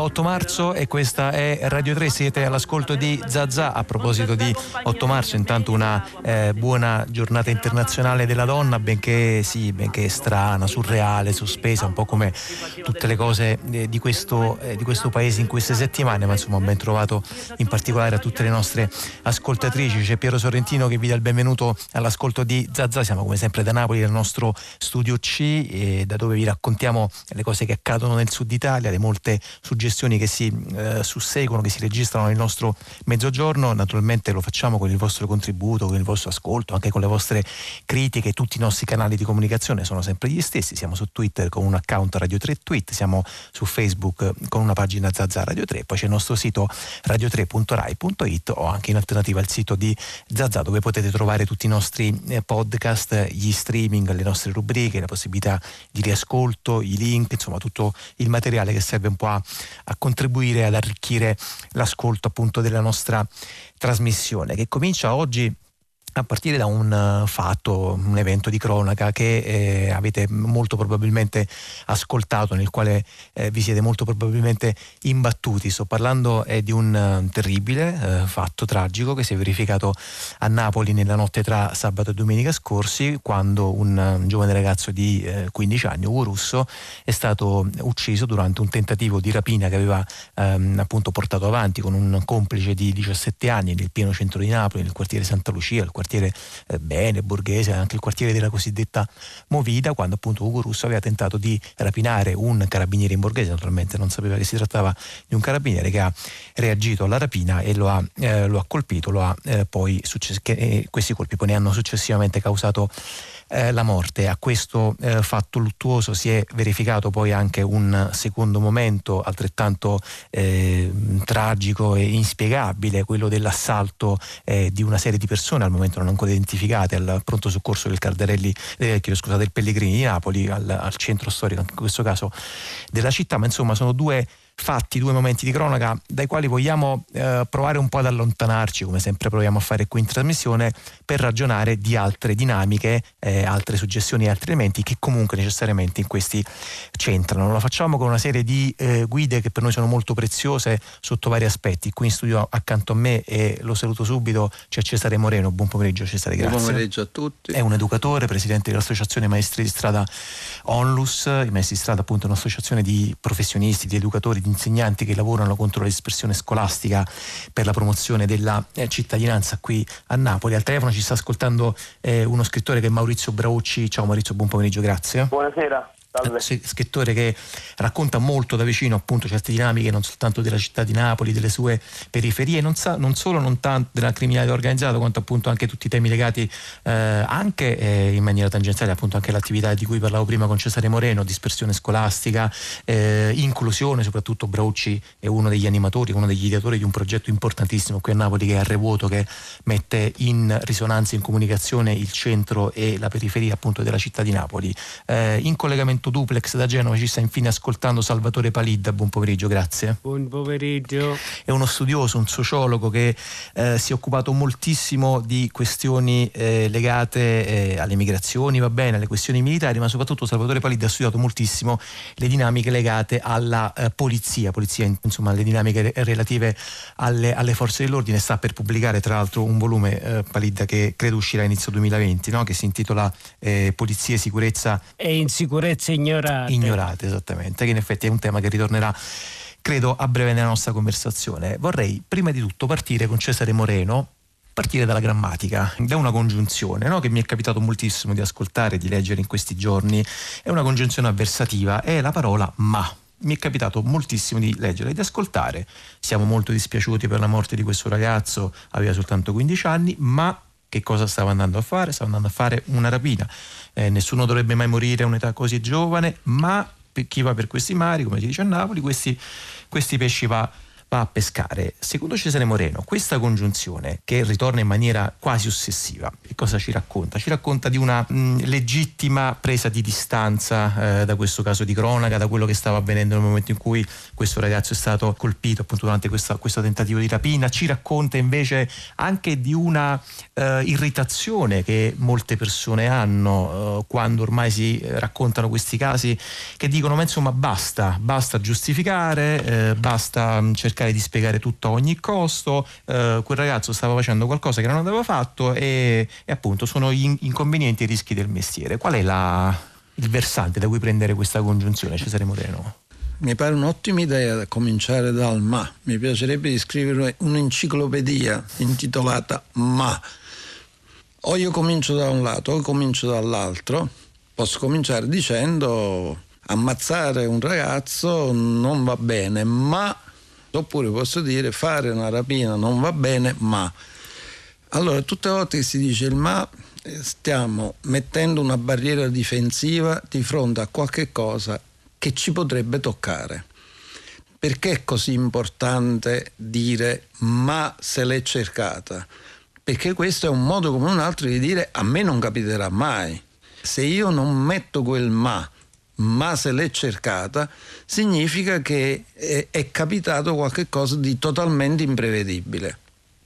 8 marzo e questa è Radio 3, siete all'ascolto di Zazà. A proposito di 8 marzo, intanto una buona giornata internazionale della donna, benché strana, surreale, sospesa, un po' come tutte le cose di questo paese in queste settimane, ma insomma ben trovato in particolare a tutte le nostre ascoltatrici. C'è Piero Sorrentino che vi dà il benvenuto all'ascolto di Zazà. Siamo come sempre da Napoli, dal nostro studio C, da dove vi raccontiamo le cose che accadono nel sud Italia, le molte suggestioni che si susseguono, che si registrano nel nostro mezzogiorno. Naturalmente lo facciamo con il vostro contributo, con il vostro ascolto, anche con le vostre critiche. Tutti i nostri canali di comunicazione sono sempre gli stessi. Siamo su Twitter con un account Radio 3 Tweet, siamo su Facebook con una pagina Zazà Radio 3, poi c'è il nostro sito radio3.rai.it o anche in alternativa il sito di Zazà, dove potete trovare tutti i nostri podcast, gli streaming, le nostre rubriche, la possibilità di riascolto, i link, insomma tutto il materiale che serve un po' a contribuire ad arricchire l'ascolto appunto della nostra trasmissione, che comincia oggi a partire da un fatto, un evento di cronaca che avete molto probabilmente ascoltato, nel quale vi siete molto probabilmente imbattuti. Sto parlando di un terribile fatto tragico che si è verificato a Napoli nella notte tra sabato e domenica scorsi, quando un giovane ragazzo di 15 anni, Ugo Russo, è stato ucciso durante un tentativo di rapina che aveva appunto portato avanti con un complice di 17 anni nel pieno centro di Napoli, nel quartiere Santa Lucia, il quartiere Bene, Borghese, anche il quartiere della cosiddetta Movida, quando appunto Ugo Russo aveva tentato di rapinare un carabiniere in Borghese. Naturalmente non sapeva che si trattava di un carabiniere, che ha reagito alla rapina e lo ha colpito, questi colpi poi ne hanno successivamente causato la morte. A questo fatto luttuoso si è verificato poi anche un secondo momento altrettanto tragico e inspiegabile, quello dell'assalto di una serie di persone al momento non ancora identificate al pronto soccorso del del Pellegrini di Napoli, al centro storico anche in questo caso della città. Ma insomma sono due momenti di cronaca dai quali vogliamo provare un po' ad allontanarci, come sempre proviamo a fare qui in trasmissione, per ragionare di altre dinamiche, altre suggestioni e altri elementi che comunque necessariamente in questi c'entrano. Lo facciamo con una serie di guide che per noi sono molto preziose sotto vari aspetti. Qui in studio accanto a me, e lo saluto subito, c'è Cesare Moreno. Buon pomeriggio Cesare, grazie. Buon pomeriggio a tutti. È un educatore, presidente dell'associazione Maestri di Strada Onlus. I Maestri di Strada appunto è un'associazione di professionisti, di educatori, di insegnanti che lavorano contro la dispersione scolastica, per la promozione della cittadinanza qui a Napoli. Al telefono ci sta ascoltando uno scrittore che è Maurizio Braucci. Ciao Maurizio, buon pomeriggio, grazie. Buonasera. Scrittore che racconta molto da vicino appunto certe dinamiche non soltanto della città di Napoli, delle sue periferie, non tanto della criminalità organizzata, quanto appunto anche tutti i temi legati anche in maniera tangenziale appunto anche all'attività di cui parlavo prima con Cesare Moreno, dispersione scolastica, inclusione. Soprattutto Braucci è uno degli animatori, uno degli ideatori di un progetto importantissimo qui a Napoli, che è Arrevuoto, che mette in risonanza, in comunicazione il centro e la periferia appunto della città di Napoli. In collegamento duplex da Genova ci sta infine ascoltando Salvatore Palidda. Buon pomeriggio, grazie. Buon pomeriggio. È uno studioso, un sociologo che si è occupato moltissimo di questioni legate alle migrazioni, va bene, alle questioni militari, ma soprattutto Salvatore Palidda ha studiato moltissimo le dinamiche legate alla polizia, insomma le dinamiche relative alle forze dell'ordine. Sta per pubblicare tra l'altro un volume, Palidda, che credo uscirà a inizio 2020, no? Che si intitola Polizia e sicurezza e insicurezze ignorate, esattamente, che in effetti è un tema che ritornerà credo a breve nella nostra conversazione. Vorrei prima di tutto partire con Cesare Moreno, partire dalla grammatica, da una congiunzione, no? Che mi è capitato moltissimo di ascoltare, di leggere in questi giorni. È una congiunzione avversativa, è la parola ma. Mi è capitato moltissimo di leggere e di ascoltare. Siamo molto dispiaciuti per la morte di questo ragazzo, aveva soltanto 15 anni, ma che cosa stava andando a fare? Stava andando a fare una rapina. Nessuno dovrebbe mai morire a un'età così giovane, ma per chi va per questi mari, come si dice a Napoli, questi pesci va va a pescare. Secondo Cesare Moreno, questa congiunzione, che ritorna in maniera quasi ossessiva, che cosa ci racconta? Ci racconta di una legittima presa di distanza da questo caso di cronaca, da quello che stava avvenendo nel momento in cui questo ragazzo è stato colpito appunto durante questo tentativo di rapina. Ci racconta invece anche di una irritazione che molte persone hanno quando ormai si raccontano questi casi, che dicono: ma insomma basta giustificare, basta cercare di spiegare tutto a ogni costo, quel ragazzo stava facendo qualcosa che non aveva fatto e appunto sono gli inconvenienti e i rischi del mestiere. Qual è il versante da cui prendere questa congiunzione, Cesare Moreno? Mi pare un'ottima idea da cominciare dal ma. Mi piacerebbe di scrivere un'enciclopedia intitolata ma. O io comincio da un lato o comincio dall'altro. Posso cominciare dicendo: ammazzare un ragazzo non va bene, ma... Oppure posso dire: fare una rapina non va bene, ma... Allora, tutte le volte che si dice il ma, stiamo mettendo una barriera difensiva di fronte a qualche cosa che ci potrebbe toccare. Perché è così importante dire ma se l'è cercata? Perché questo è un modo come un altro di dire: a me non capiterà mai. Se io non metto quel ma se l'è cercata, significa che è capitato qualche cosa di totalmente imprevedibile.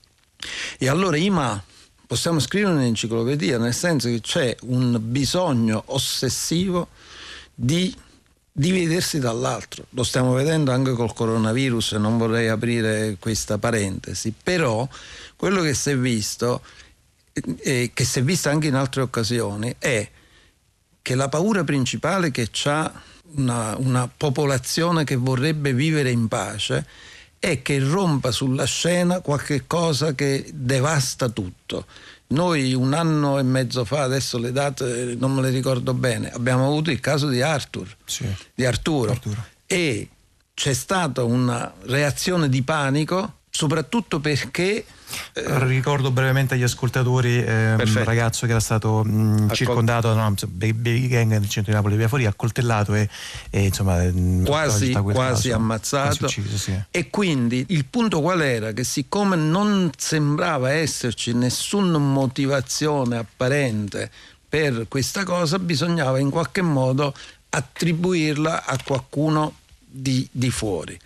E allora i ma possiamo scrivere un'enciclopedia, nel senso che c'è un bisogno ossessivo di vedersi dall'altro. Lo stiamo vedendo anche col coronavirus, non vorrei aprire questa parentesi, però quello che si è visto, che si è visto anche in altre occasioni, è che la paura principale che c'ha una popolazione che vorrebbe vivere in pace è che rompa sulla scena qualche cosa che devasta tutto. Noi 1 anno e mezzo fa, adesso le date non me le ricordo bene, abbiamo avuto il caso di Arturo. E c'è stata una reazione di panico, soprattutto perché... Ricordo brevemente agli ascoltatori un ragazzo che era stato circondato da baby gang nel centro di Napoli, via fuori, accoltellato e insomma quasi ammazzato, quasi ucciso, sì. E quindi il punto qual era? Che siccome non sembrava esserci nessuna motivazione apparente per questa cosa, bisognava in qualche modo attribuirla a qualcuno di fuori.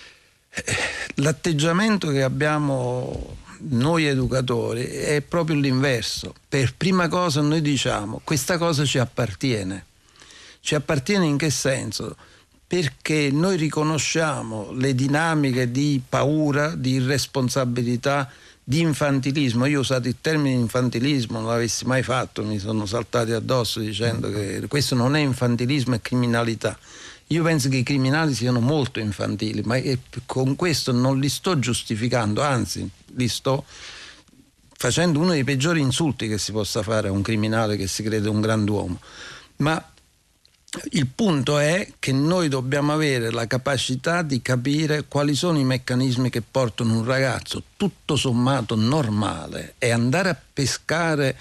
L'atteggiamento che abbiamo noi educatori è proprio l'inverso. Per prima cosa noi diciamo: questa cosa ci appartiene. Ci appartiene in che senso? Perché noi riconosciamo le dinamiche di paura, di irresponsabilità, di infantilismo. Io ho usato il termine infantilismo, non l'avessi mai fatto, mi sono saltati addosso dicendo che questo non è infantilismo, è criminalità. Io penso che i criminali siano molto infantili, ma con questo non li sto giustificando, anzi li sto facendo uno dei peggiori insulti che si possa fare a un criminale che si crede un grand'uomo. Ma il punto è che noi dobbiamo avere la capacità di capire quali sono i meccanismi che portano un ragazzo tutto sommato normale e andare a pescare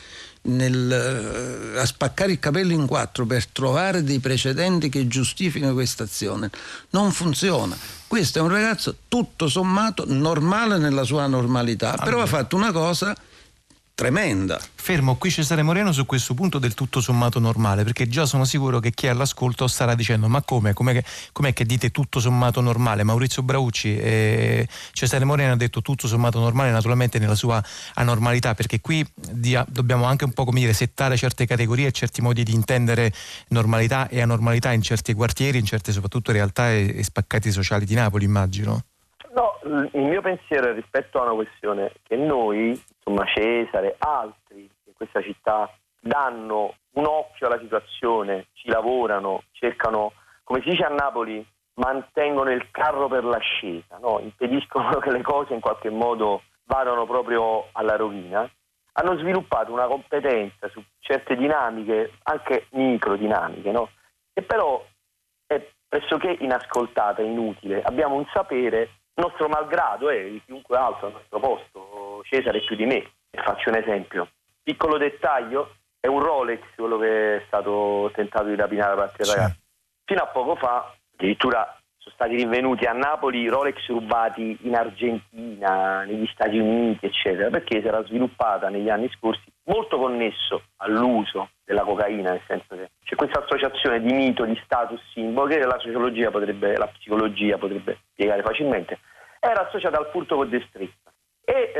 a spaccare il capello in 4 per trovare dei precedenti che giustificano questa azione non funziona. Questo è un ragazzo tutto sommato normale nella sua normalità, però ha fatto una cosa tremenda. Fermo qui Cesare Moreno su questo punto del tutto sommato normale, perché già sono sicuro che chi è all'ascolto starà dicendo: ma com'è che dite tutto sommato normale? Maurizio Braucci, Cesare Moreno ha detto tutto sommato normale, naturalmente nella sua anormalità, perché qui dobbiamo anche un po' settare certe categorie e certi modi di intendere normalità e anormalità in certi quartieri, in certe soprattutto realtà e spaccati sociali di Napoli, immagino. No, il mio pensiero è rispetto a una questione che noi, insomma Cesare, altri in questa città danno un occhio alla situazione, ci lavorano, cercano, come si dice a Napoli, mantengono il carro per l'ascesa, no? Impediscono che le cose in qualche modo vadano proprio alla rovina. Hanno sviluppato una competenza su certe dinamiche, anche microdinamiche, no? Che però è pressoché inascoltata, inutile. Abbiamo un sapere nostro malgrado e di chiunque altro al nostro posto, Cesare più di me. Faccio un esempio. Piccolo dettaglio, è un Rolex quello che è stato tentato di rapinare da parte del ragazzo. Fino a poco fa, addirittura sono stati rinvenuti a Napoli Rolex rubati in Argentina, negli Stati Uniti, eccetera, perché si era sviluppata negli anni scorsi, molto connesso all'uso della cocaina, nel senso che c'è questa associazione di mito, di status, simbolo, che la sociologia la psicologia potrebbe spiegare facilmente, era associata al furto con destrezza e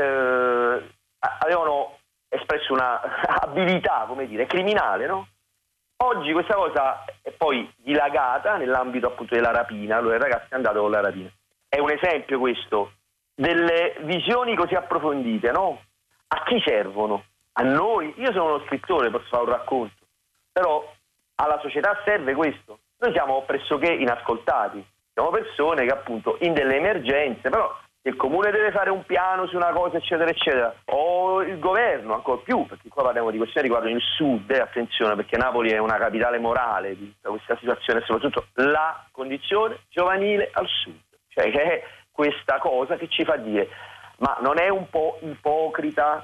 avevano espresso una abilità, come dire, criminale, no? Oggi questa cosa è poi dilagata nell'ambito appunto della rapina, allora il ragazzo è andato con la rapina. È un esempio questo delle visioni così approfondite, no? A chi servono? A noi? Io sono uno scrittore, posso fare un racconto, però alla società serve questo. Noi siamo pressoché inascoltati, siamo persone che appunto in delle emergenze, però se il comune deve fare un piano su una cosa eccetera eccetera, o il governo ancora più, perché qua parliamo di questioni che riguardano il sud, attenzione, perché Napoli è una capitale morale di questa situazione, soprattutto la condizione giovanile al sud, cioè che è questa cosa che ci fa dire ma non è un po' ipocrita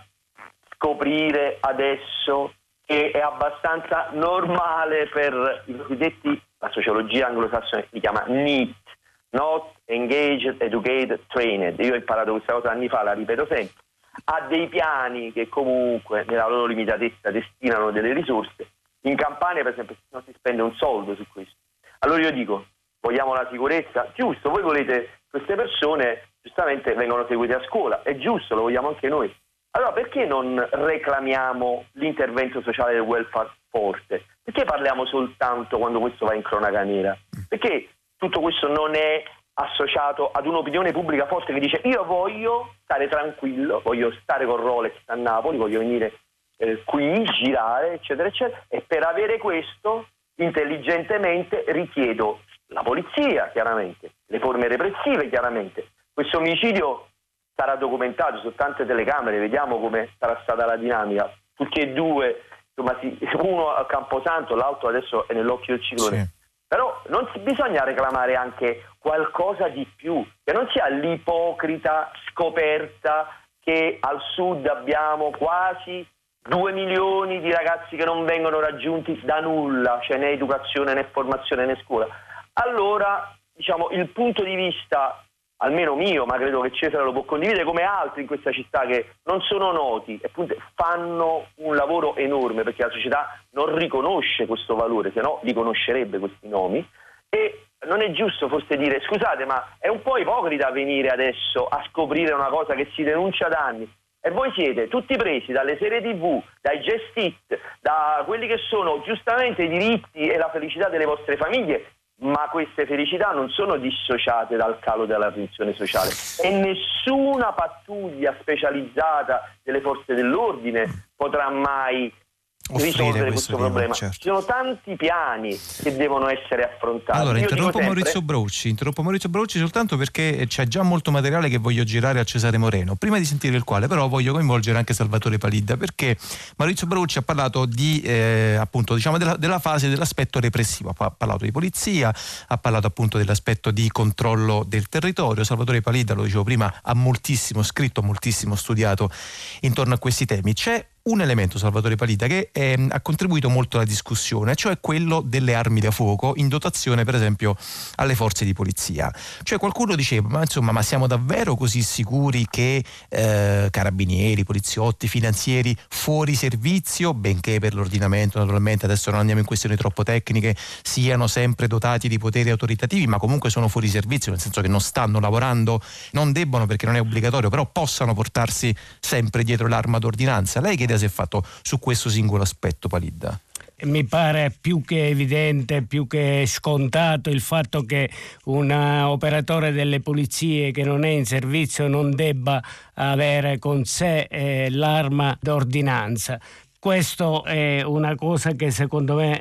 scoprire adesso che è abbastanza normale per i cosiddetti, la sociologia anglosassone li chiama NEET, Not Engaged, Educated, Trained. Io ho imparato questa cosa anni fa, la ripeto sempre. Ha dei piani che comunque nella loro limitatezza destinano delle risorse. In Campania per esempio non si spende un soldo su questo. Allora io dico, vogliamo la sicurezza? Giusto, voi volete queste persone, giustamente vengono seguite a scuola, è giusto, lo vogliamo anche noi. Allora perché non reclamiamo l'intervento sociale del welfare forte? Perché parliamo soltanto quando questo va in cronaca nera? Perché tutto questo non è associato ad un'opinione pubblica forte che dice io voglio stare tranquillo, voglio stare con Rolex a Napoli, voglio venire qui, girare, eccetera, eccetera, e per avere questo intelligentemente richiedo la polizia, chiaramente, le forme repressive, chiaramente. Questo omicidio sarà documentato su tante telecamere, vediamo come sarà stata la dinamica. Tutti e due, insomma, uno a Camposanto, l'altro adesso è nell'occhio del ciclone. Sì. Però bisogna reclamare anche qualcosa di più, che non sia l'ipocrita scoperta che al sud abbiamo quasi 2 milioni di ragazzi che non vengono raggiunti da nulla, cioè né educazione né formazione né scuola. Allora, diciamo, il punto di vista, almeno mio, ma credo che Cesare lo può condividere, come altri in questa città che non sono noti, e appunto fanno un lavoro enorme perché la società non riconosce questo valore, se no riconoscerebbe questi nomi, e non è giusto forse dire scusate ma è un po' ipocrita venire adesso a scoprire una cosa che si denuncia da anni e voi siete tutti presi dalle serie TV, dai gest-it, da quelli che sono giustamente i diritti e la felicità delle vostre famiglie, ma queste felicità non sono dissociate dal calo della tensione sociale e nessuna pattuglia specializzata delle forze dell'ordine potrà mai risolvere questo problema. Certo. Ci sono tanti piani che devono essere affrontati. Allora, Io interrompo Maurizio Brocci soltanto perché c'è già molto materiale che voglio girare a Cesare Moreno, prima di sentire il quale però voglio coinvolgere anche Salvatore Palidda, perché Maurizio Brocci ha parlato di appunto diciamo della fase dell'aspetto repressivo, ha parlato di polizia, ha parlato appunto dell'aspetto di controllo del territorio. Salvatore Palidda, lo dicevo prima, ha moltissimo scritto, moltissimo studiato intorno a questi temi. C'è un elemento, Salvatore Palidda, che ha contribuito molto alla discussione, cioè quello delle armi da fuoco in dotazione per esempio alle forze di polizia. Cioè qualcuno diceva ma siamo davvero così sicuri che carabinieri, poliziotti, finanzieri fuori servizio, benché per l'ordinamento naturalmente, adesso non andiamo in questioni troppo tecniche, siano sempre dotati di poteri autoritativi, ma comunque sono fuori servizio, nel senso che non stanno lavorando, non debbono perché non è obbligatorio, però possano portarsi sempre dietro l'arma d'ordinanza? Lei che idea si è fatto su questo singolo aspetto, Palidda? Mi pare più che evidente, più che scontato il fatto che un operatore delle pulizie che non è in servizio non debba avere con sé l'arma d'ordinanza. Questo è una cosa che secondo me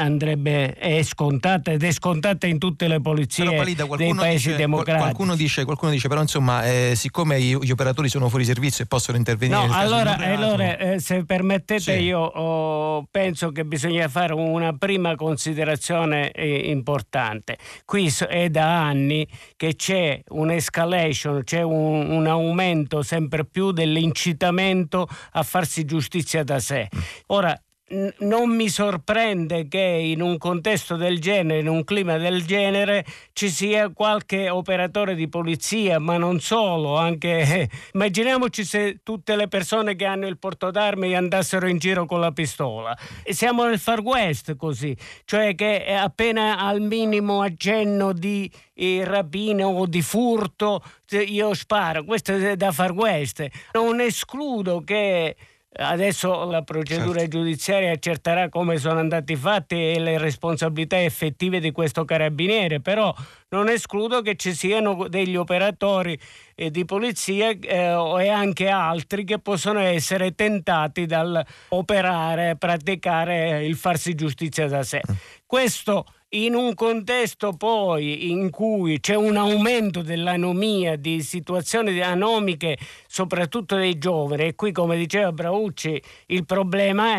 è scontata ed è scontata in tutte le polizie dei paesi democratici. Qualcuno dice però insomma siccome gli operatori sono fuori servizio e possono intervenire nel caso di un reato. Se permettete sì. Io penso che bisogna fare una prima considerazione importante. Qui è da anni che c'è un'escalation, c'è un aumento sempre più dell'incitamento a farsi giustizia da sé. Ora, non mi sorprende che in un contesto del genere, in un clima del genere, ci sia qualche operatore di polizia, ma non solo, anche immaginiamoci se tutte le persone che hanno il portaarmi andassero in giro con la pistola. Siamo nel Far West così, cioè che appena al minimo accenno di rapina o di furto io sparo. Questo è da Far West. Non escludo che adesso la procedura giudiziaria accerterà come sono andati i fatti e le responsabilità effettive di questo carabiniere, però non escludo che ci siano degli operatori di polizia e anche altri che possono essere tentati dal operare, praticare il farsi giustizia da sé. Questo in un contesto poi in cui c'è un aumento dell'anomia, di situazioni anomiche, soprattutto dei giovani, e qui, come diceva Braucci, il problema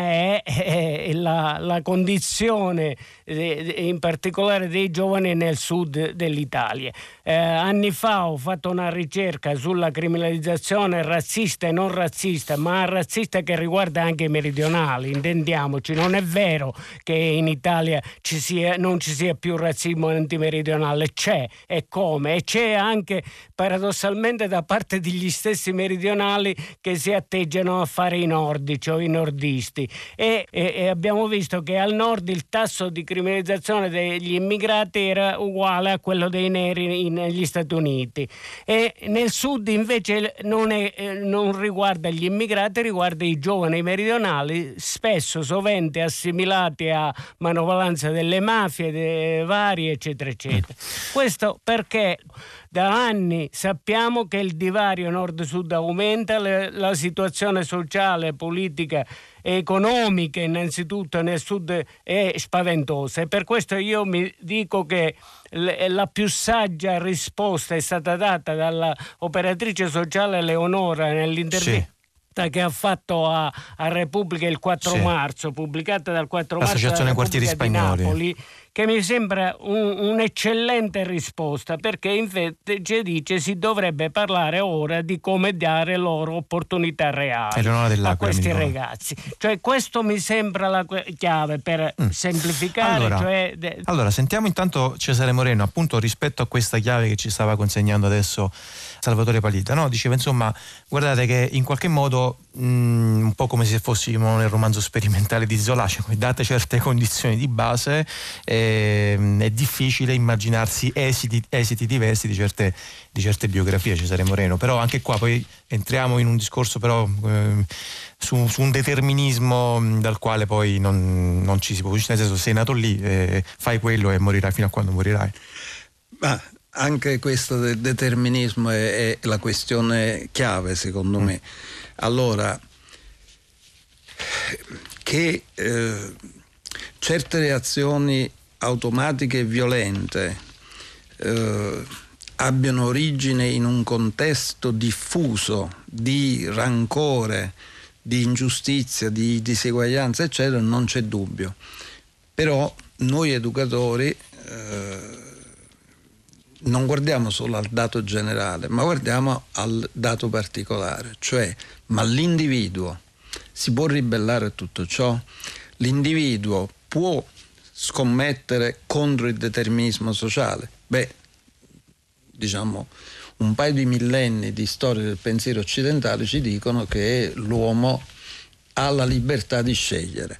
è la condizione in particolare dei giovani nel sud dell'Italia. Anni fa ho fatto una ricerca sulla criminalizzazione razzista e non razzista, ma razzista che riguarda anche i meridionali, intendiamoci. Non è vero che in Italia non ci sia più razzismo antimeridionale, c'è, e come, e c'è anche paradossalmente da parte degli stessi meridionali che si atteggiano a fare i nordici o i nordisti, e abbiamo visto che al nord il tasso di criminalizzazione degli immigrati era uguale a quello dei neri negli Stati Uniti, e nel sud invece non riguarda gli immigrati, riguarda i giovani meridionali, spesso sovente assimilati a manovalanza delle mafie varie, eccetera eccetera. Questo perché da anni sappiamo che il divario nord-sud aumenta, la situazione sociale, politica e economica innanzitutto nel sud è spaventosa, e per questo io mi dico che la più saggia risposta è stata data dalla operatrice sociale Leonora nell'intervista che ha fatto a Repubblica il 4 marzo, pubblicata dal 4 marzo Associazione Quartieri Spagnoli, di Napoli, che mi sembra un'eccellente risposta, perché invece dice si dovrebbe parlare ora di come dare loro opportunità reali a questi ragazzi. Cioè questo mi sembra la chiave per semplificare. Allora, sentiamo intanto Cesare Moreno, appunto rispetto a questa chiave che ci stava consegnando adesso Salvatore Palida, no? Diceva insomma, guardate che in qualche modo un po' come se fossimo nel romanzo sperimentale di Zola, cioè, date certe condizioni di base è difficile immaginarsi esiti diversi di certe biografie. Cesare Moreno, però anche qua poi entriamo in un discorso però su un determinismo dal quale poi non ci si può uscire, nel senso, sei nato lì, fai quello e morirai fino a quando morirai. Ma anche questo del determinismo è la questione chiave, secondo me. Allora, che certe reazioni automatiche e violente abbiano origine in un contesto diffuso di rancore, di ingiustizia, di diseguaglianza, eccetera, non c'è dubbio. Però noi educatori non guardiamo solo al dato generale, ma guardiamo al dato particolare, cioè, ma l'individuo si può ribellare a tutto ciò? L'individuo può scommettere contro il determinismo sociale? Diciamo, un paio di millenni di storia del pensiero occidentale ci dicono che l'uomo ha la libertà di scegliere.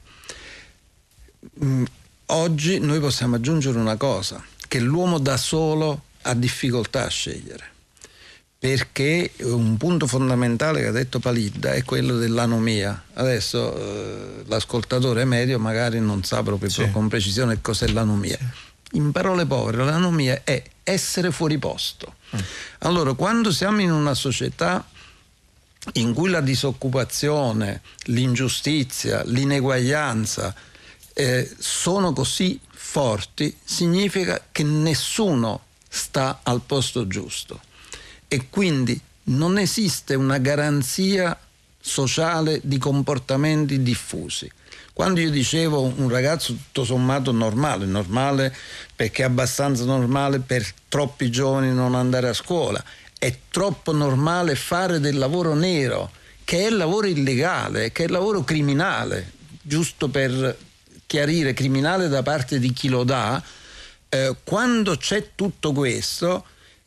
Oggi noi possiamo aggiungere una cosa, che l'uomo da solo ha difficoltà a scegliere, perché un punto fondamentale che ha detto Palida è quello dell'anomia. Adesso l'ascoltatore medio magari non sa proprio con precisione cos'è l'anomia. In parole povere, l'anomia è essere fuori posto. Allora, quando siamo in una società in cui la disoccupazione, l'ingiustizia, l'ineguaglianza sono così forti, significa che nessuno sta al posto giusto, e quindi non esiste una garanzia sociale di comportamenti diffusi. Quando io dicevo un ragazzo tutto sommato normale perché è abbastanza normale per troppi giovani non andare a scuola, è troppo normale fare del lavoro nero, che è lavoro illegale, che è lavoro criminale. giusto per chiarire, criminale da parte di chi lo dà, quando c'è tutto questo,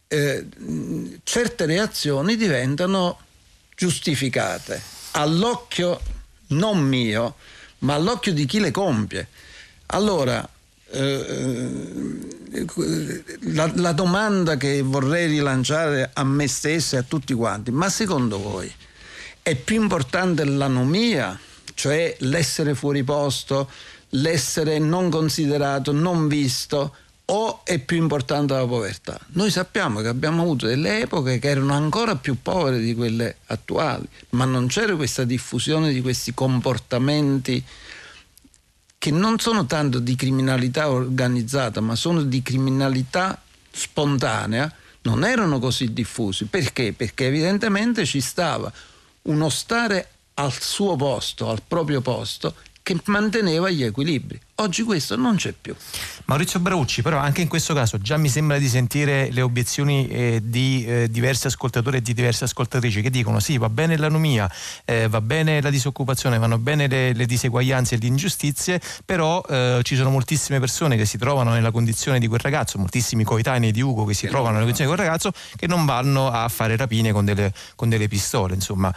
certe reazioni diventano giustificate all'occhio non mio, ma all'occhio di chi le compie. Allora la domanda che vorrei rilanciare a me stesso e a tutti quanti: ma secondo voi è più importante l'anomia, cioè l'essere fuori posto, l'essere non considerato, non visto, o è più importante la povertà? Noi sappiamo che abbiamo avuto delle epoche che erano ancora più povere di quelle attuali, ma non c'era questa diffusione di questi comportamenti che non sono tanto di criminalità organizzata, ma sono di criminalità spontanea. Non erano così diffusi. Perché? Perché evidentemente ci stava uno stare al suo posto, al proprio posto, che manteneva gli equilibri. Oggi questo non c'è più. Maurizio Braucci, però anche in questo caso già mi sembra di sentire le obiezioni di diversi ascoltatori e di diverse ascoltatrici che dicono: sì, va bene l'anomia, va bene la disoccupazione, vanno bene le diseguaglianze e le ingiustizie, però ci sono moltissime persone che si trovano nella condizione di quel ragazzo, moltissimi coetanei di Ugo che si trovano nella condizione di quel ragazzo, che non vanno a fare rapine con delle pistole. Insomma,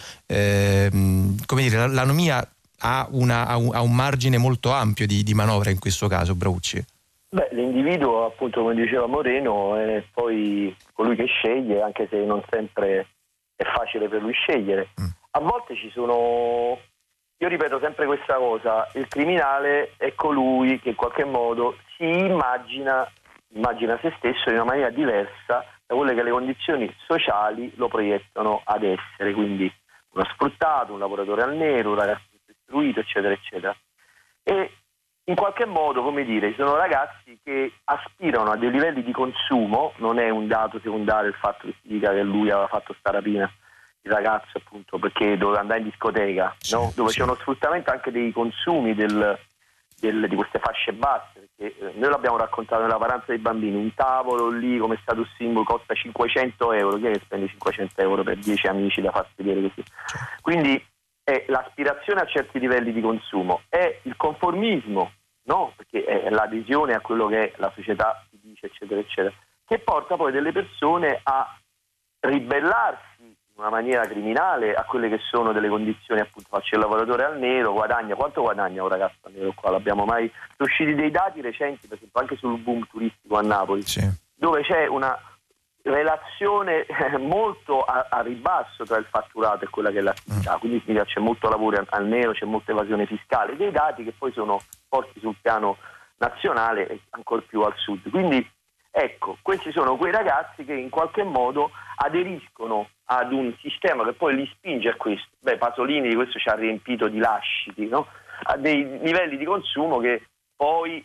come dire, l'anomia ha un margine molto ampio di manovra in questo caso, Braucci. Beh, l'individuo, appunto, come diceva Moreno, è poi colui che sceglie, anche se non sempre è facile per lui scegliere. A volte ci sono, io ripeto sempre questa cosa, il criminale è colui che in qualche modo si immagina se stesso in una maniera diversa da quelle che le condizioni sociali lo proiettano ad essere, quindi uno sfruttato, un lavoratore al nero, un ragazzo istruito, eccetera, eccetera. E in qualche modo, come dire, sono ragazzi che aspirano a dei livelli di consumo. Non è un dato secondario il fatto che si dica che lui aveva fatto sta rapina, il ragazzo, appunto, perché doveva andare in discoteca, sì, no? Dove c'è uno sfruttamento anche dei consumi di queste fasce basse, perché noi l'abbiamo raccontato nella Paranza dei bambini, un tavolo lì come status symbol costa 500 euro, chi è che spende 500 euro per 10 amici da farsi vedere così? Quindi è l'aspirazione a certi livelli di consumo, è il conformismo, no? Perché è l'adesione a quello che la società ti dice, eccetera, eccetera, che porta poi delle persone a ribellarsi in una maniera criminale a quelle che sono delle condizioni, appunto, faccio il lavoratore al nero, guadagna, quanto guadagna un ragazzo al nero qua? L'abbiamo mai, sono usciti dei dati recenti, per esempio anche sul boom turistico a Napoli, sì, dove c'è una relazione molto a ribasso tra il fatturato e quella che è l'attività, quindi c'è molto lavoro al nero, c'è molta evasione fiscale, dei dati che poi sono forti sul piano nazionale e ancor più al sud. Quindi ecco, questi sono quei ragazzi che in qualche modo aderiscono ad un sistema che poi li spinge a questo. Pasolini di questo ci ha riempito di lasciti, no? A dei livelli di consumo che poi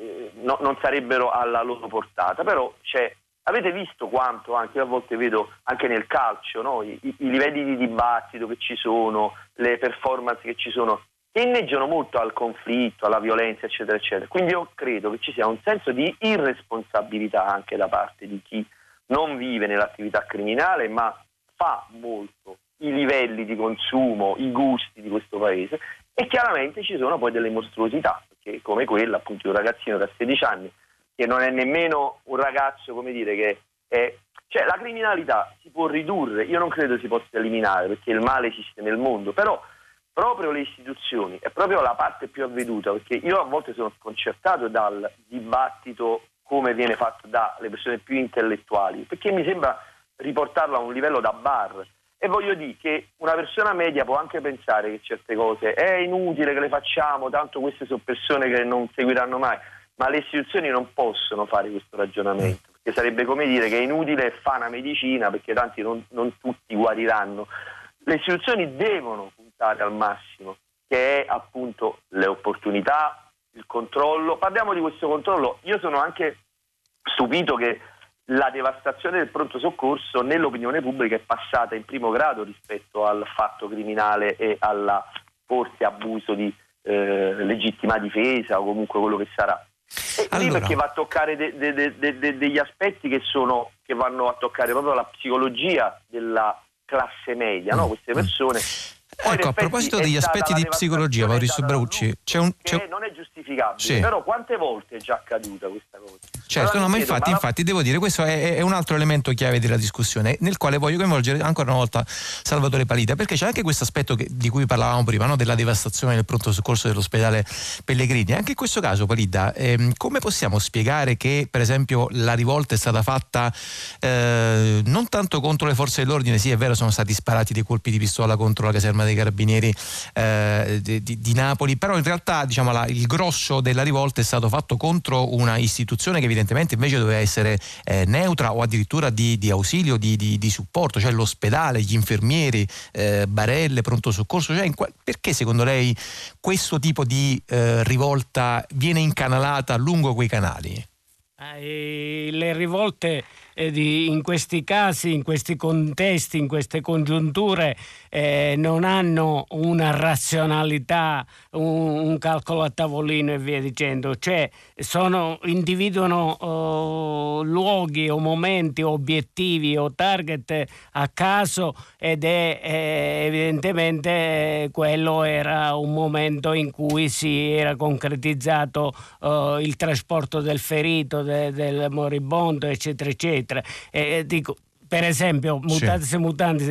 non sarebbero alla loro portata, però c'è. Avete visto quanto, anche a volte vedo anche nel calcio, no? I livelli di dibattito che ci sono, le performance che ci sono, che inneggiano molto al conflitto, alla violenza, eccetera, eccetera. Quindi io credo che ci sia un senso di irresponsabilità anche da parte di chi non vive nell'attività criminale, ma fa molto i livelli di consumo, i gusti di questo paese, e chiaramente ci sono poi delle mostruosità, perché come quella, appunto, di un ragazzino da 16 anni, che non è nemmeno un ragazzo, come dire, che è. Cioè, la criminalità si può ridurre, io non credo si possa eliminare, perché il male esiste nel mondo, però proprio le istituzioni è proprio la parte più avveduta, perché io a volte sono sconcertato dal dibattito come viene fatto dalle persone più intellettuali, perché mi sembra riportarlo a un livello da bar. E voglio dire che una persona media può anche pensare che certe cose è inutile che le facciamo, tanto queste sono persone che non seguiranno mai. Ma le istituzioni non possono fare questo ragionamento, perché sarebbe come dire che è inutile fare una medicina perché tanti non tutti guariranno. Le istituzioni devono puntare al massimo, che è appunto le opportunità, il controllo. Parliamo di questo controllo. Io sono anche stupito che la devastazione del pronto soccorso nell'opinione pubblica è passata in primo grado rispetto al fatto criminale e alla forse abuso di legittima difesa o comunque quello che sarà. Lì perché va a toccare degli aspetti che vanno a toccare proprio la psicologia della classe media, no? Queste persone Ecco, a proposito degli aspetti di psicologia, Maurizio Braucci, che non è giustificabile, sì. Però quante volte è già accaduta questa cosa? Certo, allora, no, ma infatti devo dire, questo è un altro elemento chiave della discussione, nel quale voglio coinvolgere ancora una volta Salvatore Palida, perché c'è anche questo aspetto di cui parlavamo prima, no? Della devastazione del pronto soccorso dell'ospedale Pellegrini. Anche in questo caso, Palida, come possiamo spiegare che per esempio la rivolta è stata fatta non tanto contro le forze dell'ordine? Sì, è vero, sono stati sparati dei colpi di pistola contro la caserma dei carabinieri di Napoli, però in realtà, diciamo, il grosso della rivolta è stato fatto contro una istituzione che evidentemente invece doveva essere neutra o addirittura di ausilio, di supporto, cioè l'ospedale, gli infermieri, barelle, pronto soccorso. Cioè, perché secondo lei questo tipo di rivolta viene incanalata lungo quei canali? Le rivolte in questi casi, in questi contesti, in queste congiunture non hanno una razionalità, un calcolo a tavolino e via dicendo, cioè individuano luoghi o momenti, obiettivi o target a caso, ed è evidentemente quello era un momento in cui si era concretizzato il trasporto del ferito, del moribondo, eccetera eccetera. Dico, per esempio, mutatis mutandis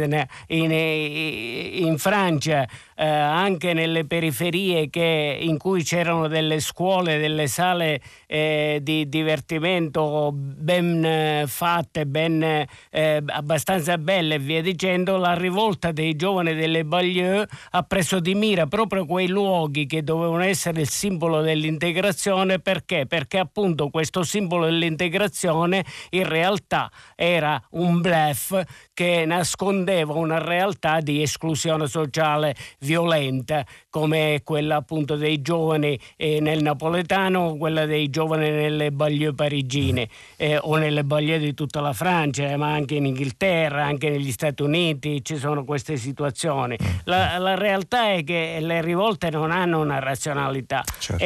in Francia, anche nelle periferie in cui c'erano delle scuole, delle sale di divertimento ben fatte, abbastanza belle e via dicendo, la rivolta dei giovani delle banlieue ha preso di mira proprio quei luoghi che dovevano essere il simbolo dell'integrazione. Perché? Perché appunto questo simbolo dell'integrazione in realtà era un bluff che nascondeva una realtà di esclusione sociale violenta, come quella appunto dei giovani nel napoletano, quella dei giovani nelle banlieue parigine o nelle banlieue di tutta la Francia, ma anche in Inghilterra, anche negli Stati Uniti ci sono queste situazioni. La realtà è che le rivolte non hanno una razionalità. Certo.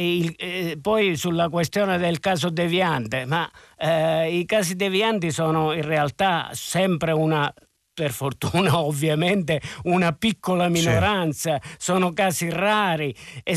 Poi sulla questione del caso deviante, ma i casi devianti sono in realtà sempre per fortuna ovviamente, una piccola minoranza, sono casi rari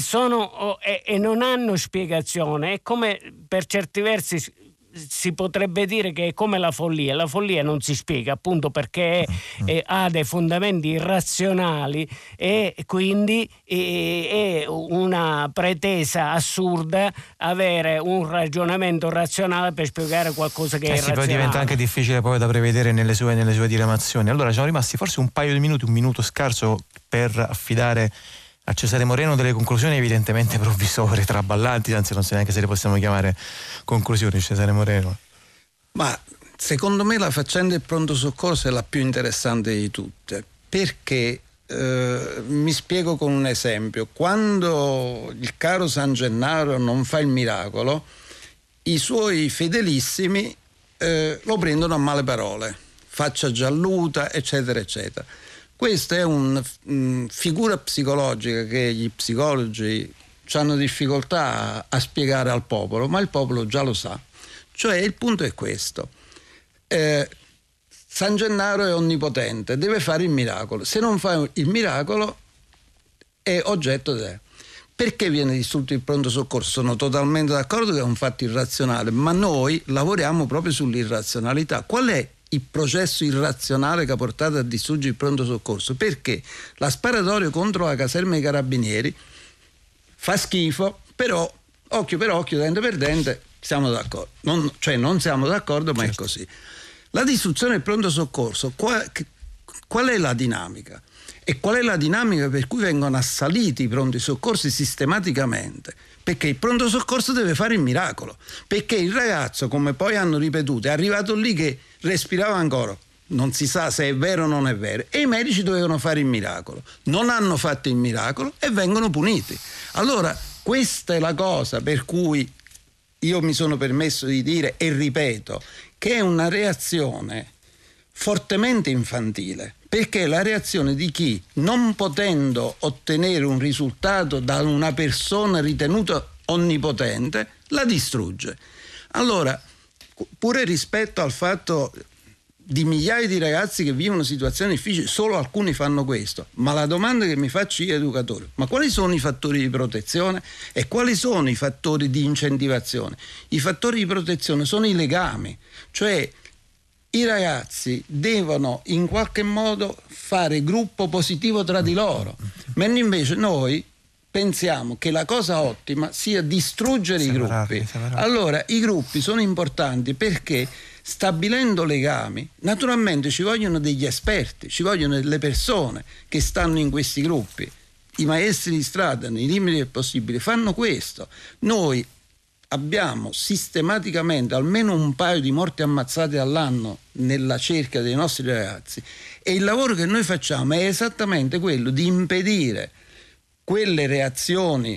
e non hanno spiegazione. È come, per certi versi, si potrebbe dire che è come la follia. La follia non si spiega, appunto perché ha dei fondamenti irrazionali e quindi è una pretesa assurda avere un ragionamento razionale per spiegare qualcosa che è irrazionale. Poi diventa anche difficile poi da prevedere nelle sue diramazioni. Allora, ci sono rimasti forse un paio di minuti, un minuto scarso, per affidare a Cesare Moreno delle conclusioni evidentemente provvisorie, traballanti, anzi non so neanche se le possiamo chiamare conclusioni, Cesare Moreno. Ma secondo me la faccenda del pronto soccorso è la più interessante di tutte, perché mi spiego con un esempio. Quando il caro San Gennaro non fa il miracolo, i suoi fedelissimi lo prendono a male parole, faccia gialluta, eccetera eccetera. Questa è una figura psicologica che gli psicologi hanno difficoltà a spiegare al popolo, ma il popolo già lo sa. Cioè, il punto è questo: San Gennaro è onnipotente, deve fare il miracolo. Se non fa il miracolo è oggetto di... Perché viene distrutto il pronto soccorso? Sono totalmente d'accordo che è un fatto irrazionale, ma noi lavoriamo proprio sull'irrazionalità. Qual è il processo irrazionale che ha portato a distruggere il pronto soccorso? Perché la sparatoria contro la caserma dei carabinieri fa schifo, però occhio per occhio, dente per dente, siamo d'accordo. Non siamo d'accordo, ma certo. È così. La distruzione del pronto soccorso, qual è la dinamica? E qual è la dinamica per cui vengono assaliti i pronti soccorsi sistematicamente? Perché il pronto soccorso deve fare il miracolo, perché il ragazzo, come poi hanno ripetuto, è arrivato lì che respirava ancora, non si sa se è vero o non è vero, e i medici dovevano fare il miracolo, non hanno fatto il miracolo e vengono puniti. Allora questa è la cosa per cui io mi sono permesso di dire, e ripeto, che è una reazione fortemente infantile, perché è la reazione di chi, non potendo ottenere un risultato da una persona ritenuta onnipotente, la distrugge. Allora, pure rispetto al fatto di migliaia di ragazzi che vivono situazioni difficili, solo alcuni fanno questo. Ma la domanda che mi faccio io educatore: ma quali sono i fattori di protezione e quali sono i fattori di incentivazione? I fattori di protezione sono i legami, cioè i ragazzi devono in qualche modo fare gruppo positivo tra di loro, mentre invece noi pensiamo che la cosa ottima sia distruggere i gruppi. Allora i gruppi sono importanti perché, stabilendo legami, naturalmente ci vogliono degli esperti, ci vogliono delle persone che stanno in questi gruppi. I maestri di strada, nei limiti del possibile, fanno questo. Noi abbiamo sistematicamente almeno un paio di morti ammazzate all'anno nella cerchia dei nostri ragazzi, e il lavoro che noi facciamo è esattamente quello di impedire quelle reazioni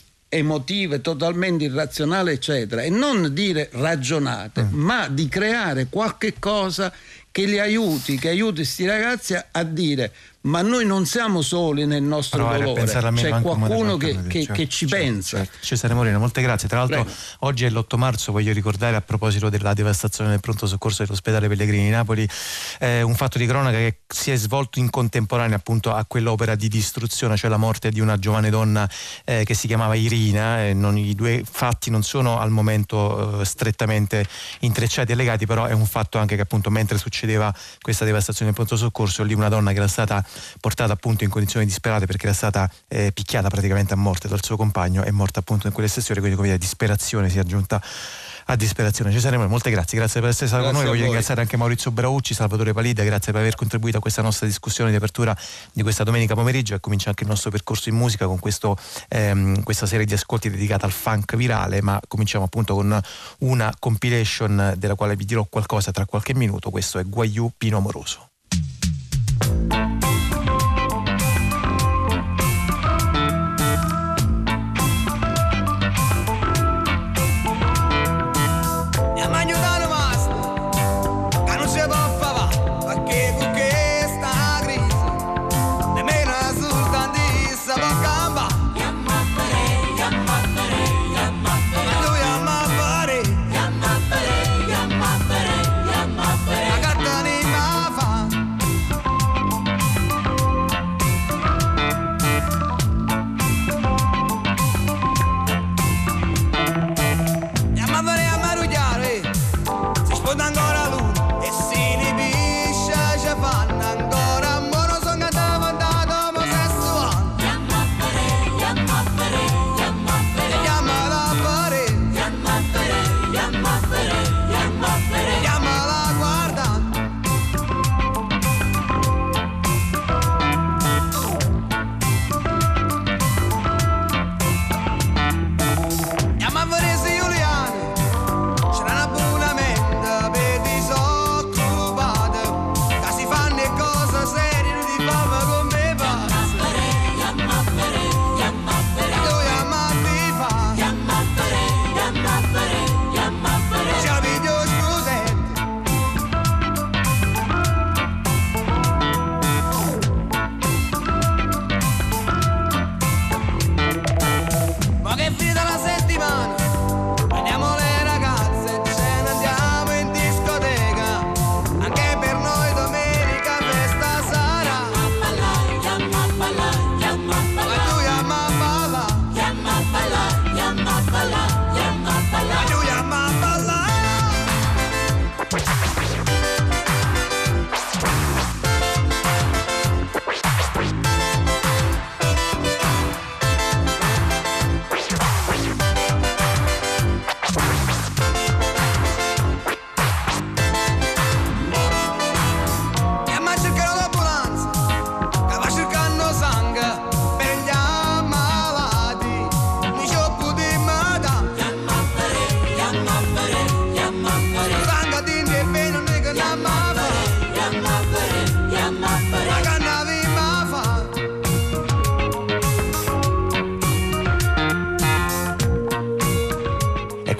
emotive totalmente irrazionali eccetera, e non dire ragionate, ma di creare qualche cosa che li aiuti, che aiuti questi ragazzi a dire: ma noi non siamo soli nel nostro dolore, c'è qualcuno che ci pensa. Cesare Moreno, molte grazie. Tra l'altro oggi è l'8 marzo, voglio ricordare, a proposito della devastazione del pronto soccorso dell'ospedale Pellegrini di Napoli, un fatto di cronaca che si è svolto in contemporanea appunto a quell'opera di distruzione, cioè la morte di una giovane donna che si chiamava Irina. I due fatti non sono al momento strettamente intrecciati e legati, però è un fatto anche che appunto mentre succedeva questa devastazione del pronto soccorso, lì una donna che era stata portata appunto in condizioni disperate perché era stata picchiata praticamente a morte dal suo compagno, è morta appunto in quelle stesse ore, quindi come dire, disperazione si è aggiunta a disperazione. Cesare Moreno, molte grazie per essere stato con noi. Voglio ringraziare anche Maurizio Braucci, Salvatore Palida, grazie per aver contribuito a questa nostra discussione di apertura di questa domenica pomeriggio, e comincia anche il nostro percorso in musica con questa serie di ascolti dedicata al funk virale, ma cominciamo appunto con una compilation della quale vi dirò qualcosa tra qualche minuto. Questo è Guaiù Pino Amoroso.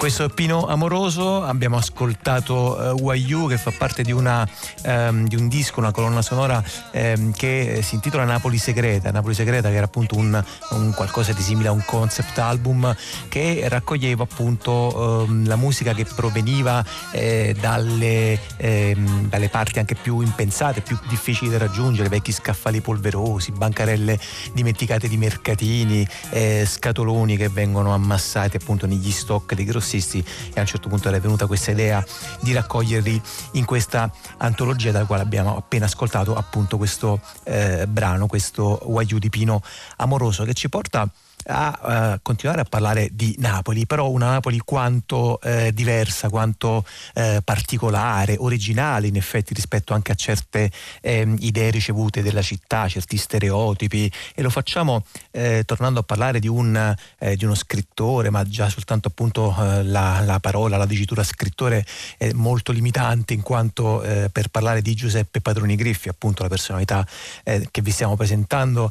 Questo è Pino Amoroso, abbiamo ascoltato Why You, che fa parte di un disco, una colonna sonora che si intitola Napoli Segreta, che era appunto un qualcosa di simile a un concept album che raccoglieva appunto la musica che proveniva dalle parti anche più impensate, più difficili da raggiungere, vecchi scaffali polverosi, bancarelle dimenticate di mercatini, scatoloni che vengono ammassati appunto negli stock dei grossisti, e a un certo punto era venuta questa idea di raccoglierli in questa antologia, dalla quale abbiamo appena ascoltato appunto questo brano, questo Why You di Pino Amoroso, che ci porta a continuare a parlare di Napoli, però una Napoli quanto diversa, quanto particolare, originale in effetti rispetto anche a certe idee ricevute della città, certi stereotipi, e lo facciamo tornando a parlare di uno scrittore, ma già soltanto appunto la parola, la dicitura scrittore è molto limitante, in quanto per parlare di Giuseppe Padroni Griffi, appunto la personalità che vi stiamo presentando,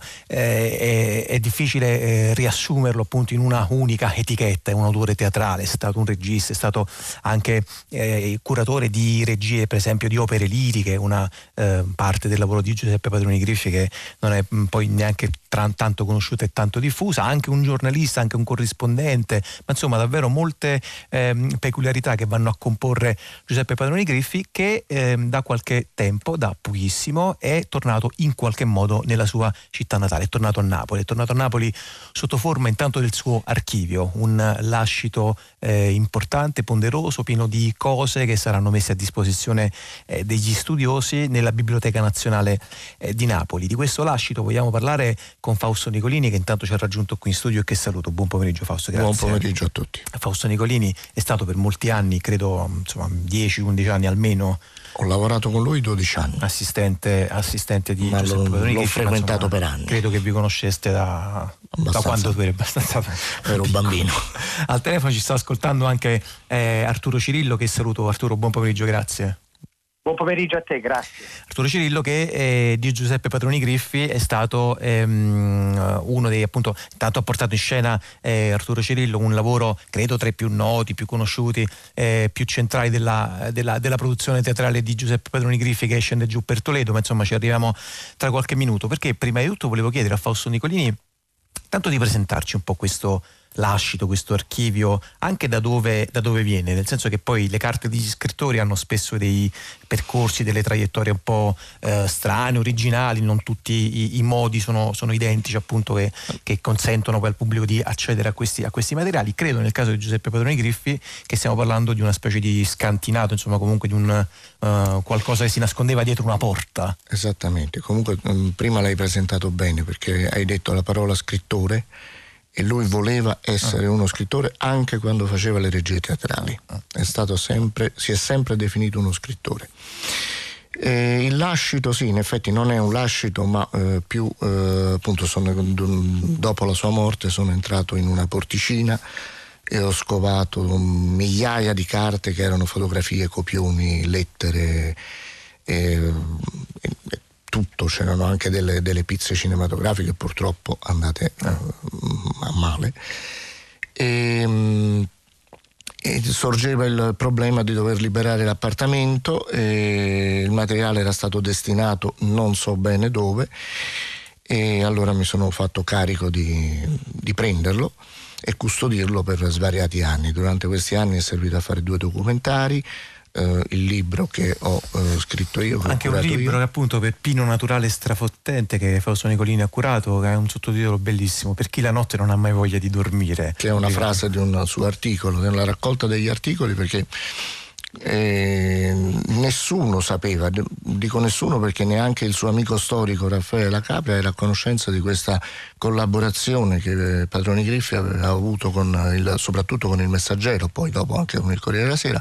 è difficile riassumerlo appunto in una unica etichetta. È un autore teatrale, è stato un regista, è stato anche curatore di regie, per esempio di opere liriche, una parte del lavoro di Giuseppe Padroni Griffi che non è poi neanche tanto conosciuta e tanto diffusa, anche un giornalista, anche un corrispondente, ma insomma davvero molte peculiarità che vanno a comporre Giuseppe Padroni Griffi, che da qualche tempo, da pochissimo, è tornato in qualche modo nella sua città natale, è tornato a Napoli sotto forma intanto del suo archivio, un lascito importante, ponderoso, pieno di cose che saranno messe a disposizione degli studiosi nella Biblioteca Nazionale di Napoli. Di questo lascito vogliamo parlare con Fausto Nicolini, che intanto ci ha raggiunto qui in studio e che saluto. Buon pomeriggio Fausto, grazie. Buon pomeriggio a tutti. Fausto Nicolini è stato per molti anni, credo insomma 10-11 anni almeno. Ho lavorato con lui 12 anni. Assistente di Giuseppe Padroni. L'ho frequentato per anni. Credo che vi conosceste da quando tu eri abbastanza. Ero bambino. Al telefono ci sta ascoltando anche Arturo Cirillo, che saluto. Arturo, buon pomeriggio, grazie. Buon pomeriggio a te, grazie. Arturo Cirillo, che di Giuseppe Padroni Griffi è stato uno dei, appunto, tanto ha portato in scena Arturo Cirillo un lavoro credo tra i più noti, più conosciuti, più centrali della produzione teatrale di Giuseppe Padroni Griffi, che Scende giù per Toledo, ma insomma ci arriviamo tra qualche minuto, perché prima di tutto volevo chiedere a Fausto Nicolini tanto di presentarci un po' questo lascito, questo archivio, anche da dove viene, nel senso che poi le carte degli scrittori hanno spesso dei percorsi, delle traiettorie un po' strane, originali, non tutti i modi sono identici appunto che consentono poi al pubblico di accedere a questi materiali. Credo nel caso di Giuseppe Padroni Griffi che stiamo parlando di una specie di scantinato, insomma comunque di un qualcosa che si nascondeva dietro una porta. Esattamente, comunque prima l'hai presentato bene, perché hai detto la parola scrittore, e lui voleva essere uno scrittore anche quando faceva le regie teatrali. Si è sempre definito uno scrittore. Il lascito, sì, in effetti non è un lascito, ma più appunto dopo la sua morte sono entrato in una porticina e ho scovato migliaia di carte che erano fotografie, copioni, lettere, tutto. C'erano anche delle pizze cinematografiche purtroppo andate a male, e sorgeva il problema di dover liberare l'appartamento, e il materiale era stato destinato non so bene dove, e allora mi sono fatto carico di prenderlo e custodirlo per svariati anni. Durante questi anni è servito a fare 2 documentari, il libro che ho scritto io, anche un libro che appunto per Pino Naturale Strafottente, che Fausto Nicolini ha curato, che è un sottotitolo bellissimo, Per chi la notte non ha mai voglia di dormire, che è una frase di un suo articolo, nella raccolta degli articoli, perché nessuno sapeva, dico nessuno perché neanche il suo amico storico Raffaele La Capria era a conoscenza di questa collaborazione che Padroni Griffi aveva avuto soprattutto con il Messaggero, poi dopo anche con il Corriere della Sera,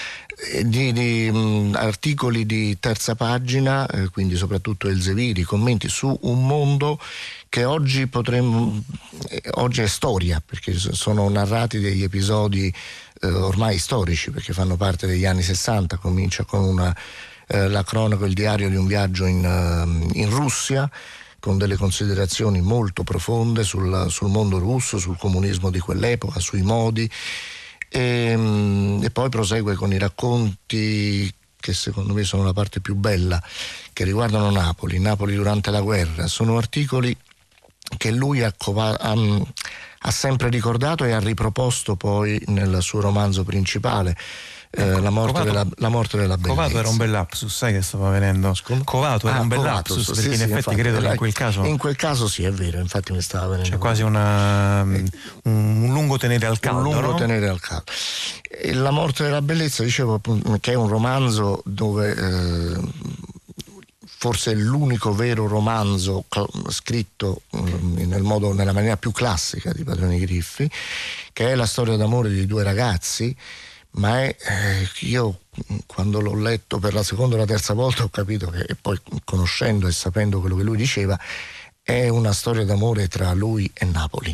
di articoli di terza pagina, quindi soprattutto Elzeviri, commenti su un mondo che oggi è storia, perché sono narrati degli episodi ormai storici, perché fanno parte degli anni 60. Comincia con la cronaca, il diario di un viaggio in Russia, con delle considerazioni molto profonde sul mondo russo, sul comunismo di quell'epoca, sui modi. e poi prosegue con i racconti che secondo me sono la parte più bella, che riguardano Napoli durante la guerra. Sono articoli che lui ha sempre ricordato e ha riproposto poi nel suo romanzo principale, la morte della bellezza. Covato era un bel lapsus, sai che stava venendo? Covato era un bel lapsus, perché in effetti infatti, credo che in quel caso... In quel caso sì, è vero, infatti mi stava venendo... C'è quasi un lungo tenere al caldo, tenere al caldo. E La morte della bellezza, dicevo appunto, che è un romanzo dove... forse è l'unico vero romanzo scritto nella maniera più classica di Padroni Griffi, che è la storia d'amore di due ragazzi, ma io quando l'ho letto per la seconda o la terza volta ho capito che, e poi conoscendo e sapendo quello che lui diceva, è una storia d'amore tra lui e Napoli.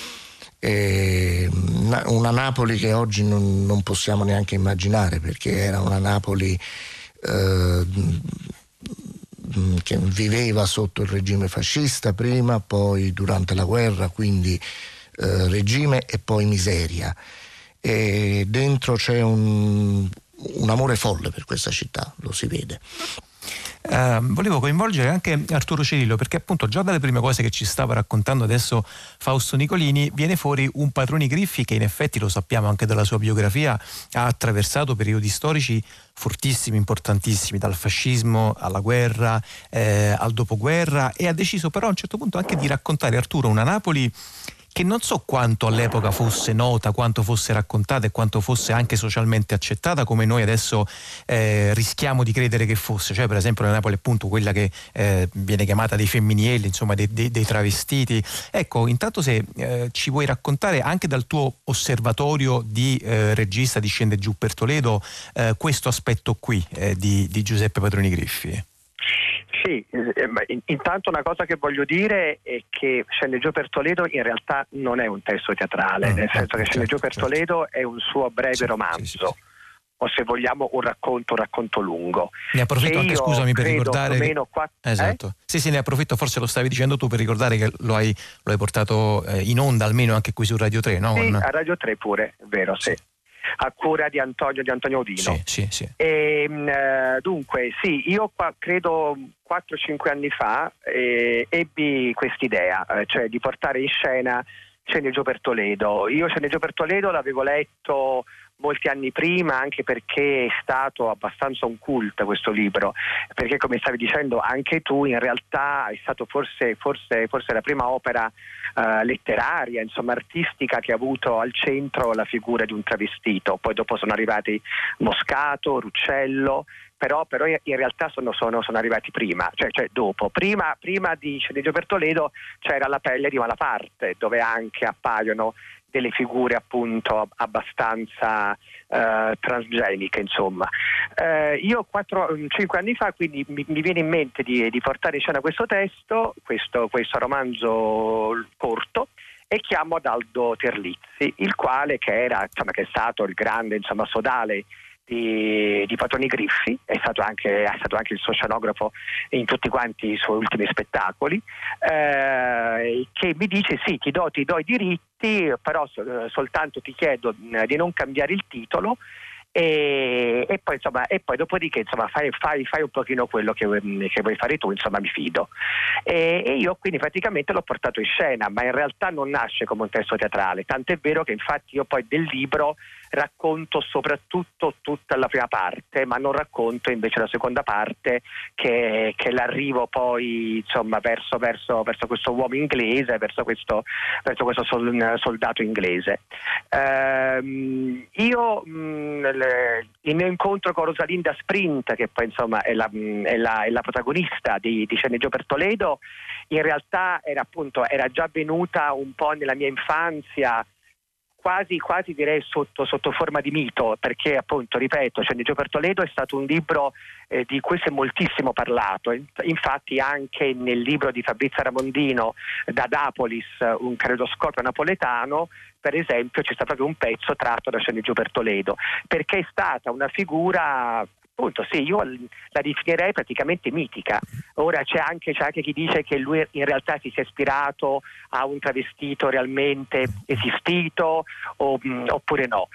Una Napoli che oggi non possiamo neanche immaginare, perché era una Napoli che viveva sotto il regime fascista prima, poi durante la guerra, quindi regime e poi miseria. E dentro c'è un amore folle per questa città, lo si vede. Volevo coinvolgere anche Arturo Cirillo, perché appunto già dalle prime cose che ci stava raccontando adesso Fausto Nicolini viene fuori un Padroni Griffi che in effetti, lo sappiamo anche dalla sua biografia, ha attraversato periodi storici fortissimi, importantissimi, dal fascismo alla guerra, al dopoguerra, e ha deciso però a un certo punto anche di raccontare, Arturo, una Napoli che non so quanto all'epoca fosse nota, quanto fosse raccontata e quanto fosse anche socialmente accettata, come noi adesso rischiamo di credere che fosse. Cioè, per esempio, la Napoli, appunto, quella che viene chiamata dei femminili, insomma dei travestiti. Ecco, intanto se ci vuoi raccontare anche dal tuo osservatorio di regista di Scende giù per Toledo questo aspetto qui di Giuseppe Padroni Griffi. Sì, intanto una cosa che voglio dire è che Scende giù per Toledo in realtà non è un testo teatrale, nel senso che Scende giù per Toledo è un suo breve romanzo, o se vogliamo un racconto lungo. Ne approfitto anche, scusami, per ricordare esatto. Sì, ne approfitto, forse lo stavi dicendo tu, per ricordare che lo hai portato in onda almeno anche qui su Radio 3, no? Sì, a Radio 3 pure, è vero, sì. A cura di Antonio Udino. Sì. Dunque, sì, io credo 4-5 anni fa ebbi quest'idea, cioè di portare in scena Scende giù per Toledo. Io Scende giù per Toledo l'avevo letto molti anni prima, anche perché è stato abbastanza un cult questo libro, perché come stavi dicendo anche tu, in realtà è stato forse la prima opera letteraria, insomma artistica, che ha avuto al centro la figura di un travestito. Poi dopo sono arrivati Moscato, Ruccello, però in realtà sono arrivati prima, cioè dopo. Prima di Scende giù per Toledo c'era La pelle di Malaparte, dove anche appaiono delle figure appunto abbastanza transgeniche, insomma. Io 4-5 anni fa quindi mi viene in mente di portare in scena questo testo, questo romanzo corto, e chiamo Adaldo Terlizzi, il quale che è stato il grande sodale di Padroni Griffi, è stato anche il suo scenografo in tutti quanti i suoi ultimi spettacoli, che mi dice: sì, ti do i diritti, però soltanto ti chiedo di non cambiare il titolo, e poi dopodiché fai un pochino quello che vuoi fare tu, mi fido. E io quindi praticamente l'ho portato in scena, ma in realtà non nasce come un testo teatrale, tant'è vero che infatti io poi del libro racconto soprattutto tutta la prima parte, ma non racconto invece la seconda parte, che è l'arrivo poi verso questo uomo inglese, verso questo soldato inglese. Io il mio incontro con Rosalinda Sprint, che poi è la protagonista di Scende giù per Toledo, in realtà era già venuta un po' nella mia infanzia, quasi direi sotto forma di mito, perché appunto, ripeto, Scende giù per Toledo è stato un libro di cui si è moltissimo parlato. Infatti anche nel libro di Fabrizio Ramondino, Da Dapolis, un caleidoscopio napoletano, per esempio c'è stato proprio un pezzo tratto da Scende giù per Toledo, perché è stata una figura appunto sì, io la definirei praticamente mitica. Ora c'è anche chi dice che lui in realtà si sia ispirato a un travestito realmente esistito oppure no.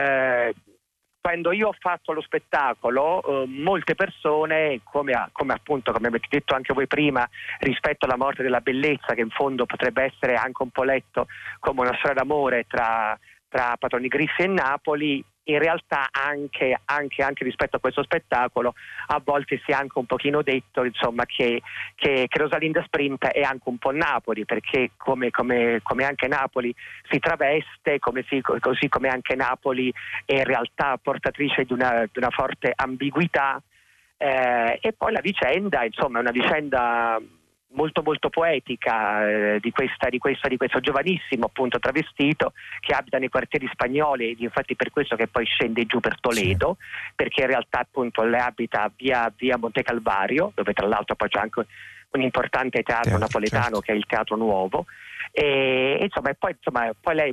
Quando io ho fatto lo spettacolo, molte persone, come avete detto anche voi prima, rispetto alla morte della bellezza, che in fondo potrebbe essere anche un po' letto come una storia d'amore tra Patroni Griffi e Napoli, in realtà anche rispetto a questo spettacolo a volte si è anche un pochino detto, insomma, che Rosalinda Sprint è anche un po' Napoli, perché come anche Napoli si traveste, così come anche Napoli è in realtà portatrice di una forte ambiguità, e poi la vicenda, insomma, è una vicenda molto molto poetica di questo giovanissimo appunto travestito che abita nei quartieri spagnoli, ed infatti per questo che poi scende giù per Toledo, perché in realtà appunto lei abita via Monte Calvario, dove tra l'altro poi c'è anche un importante teatro napoletano, certo, che è il Teatro Nuovo, e poi lei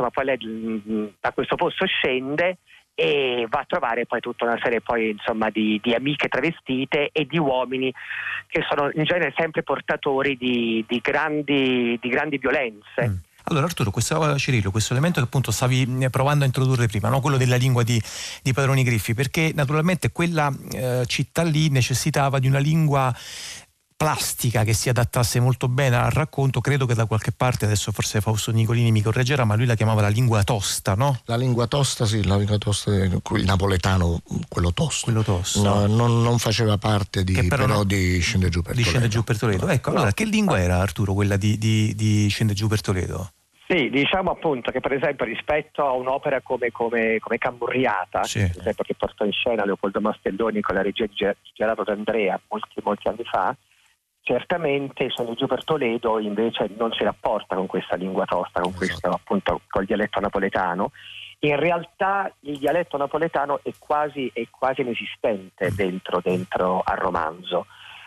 a questo posto scende e va a trovare poi tutta una serie poi, insomma, di amiche travestite e di uomini che sono in genere sempre portatori di grandi violenze. Allora Arturo, Cirillo, questo elemento che appunto stavi provando a introdurre prima, no? Quello della lingua di Patroni Griffi, perché naturalmente quella città lì necessitava di una lingua plastica che si adattasse molto bene al racconto. Credo che da qualche parte, adesso forse Fausto Nicolini mi correggerà, ma lui la chiamava la lingua tosta, no? La lingua tosta, sì, la lingua tosta, il napoletano, quello tosto. No, non faceva parte di Scende giù per Toledo. Di Scende giù per Toledo. Ecco, allora che lingua era, Arturo, quella di Scende giù per Toledo? Sì, diciamo appunto che per esempio rispetto a un'opera come Camurriata, sì, per esempio, che portò in scena Leopoldo Mastelloni con la regia di Gerardo D'Andrea molti anni fa, certamente Scende giù per Toledo invece non si rapporta con questa lingua tosta, con questo appunto col dialetto napoletano. In realtà il dialetto napoletano è quasi inesistente dentro al romanzo.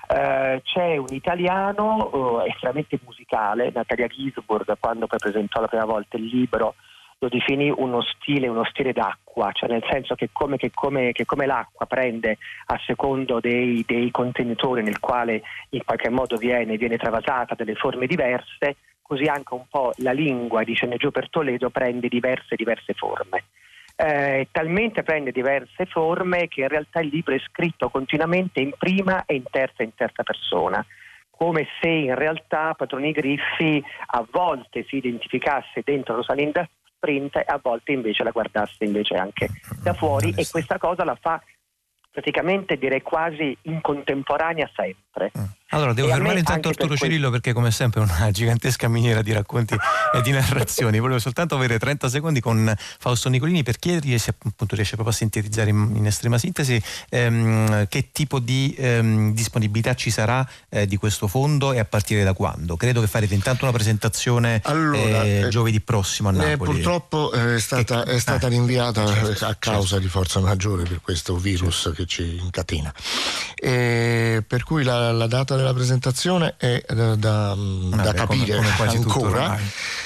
C'è un italiano estremamente musicale, Natalia Gisburg, quando poi presentò la prima volta il libro, lo definì uno stile d'acqua, cioè nel senso che come l'acqua prende a secondo dei contenitori nel quale in qualche modo viene travasata delle forme diverse, così anche un po' la lingua di Scende giù per Toledo prende diverse forme. Talmente prende diverse forme che in realtà il libro è scritto continuamente in prima e in terza persona, come se in realtà Patroni Griffi a volte si identificasse dentro Rosalinda Sprint e a volte invece la guardasse invece anche da fuori, e questa cosa la fa praticamente, direi quasi in contemporanea sempre. Allora devo fermare intanto Arturo Cirillo, perché come sempre è una gigantesca miniera di racconti e di narrazioni. Volevo soltanto avere 30 secondi con Fausto Nicolini per chiedergli se appunto riesce proprio a sintetizzare in estrema sintesi che tipo di disponibilità ci sarà di questo fondo e a partire da quando. Credo che farete intanto una presentazione giovedì prossimo a Napoli. Purtroppo è stata rinviata a causa di forza maggiore per questo virus che ci incatena. Per cui la data della presentazione è da capire come ancora,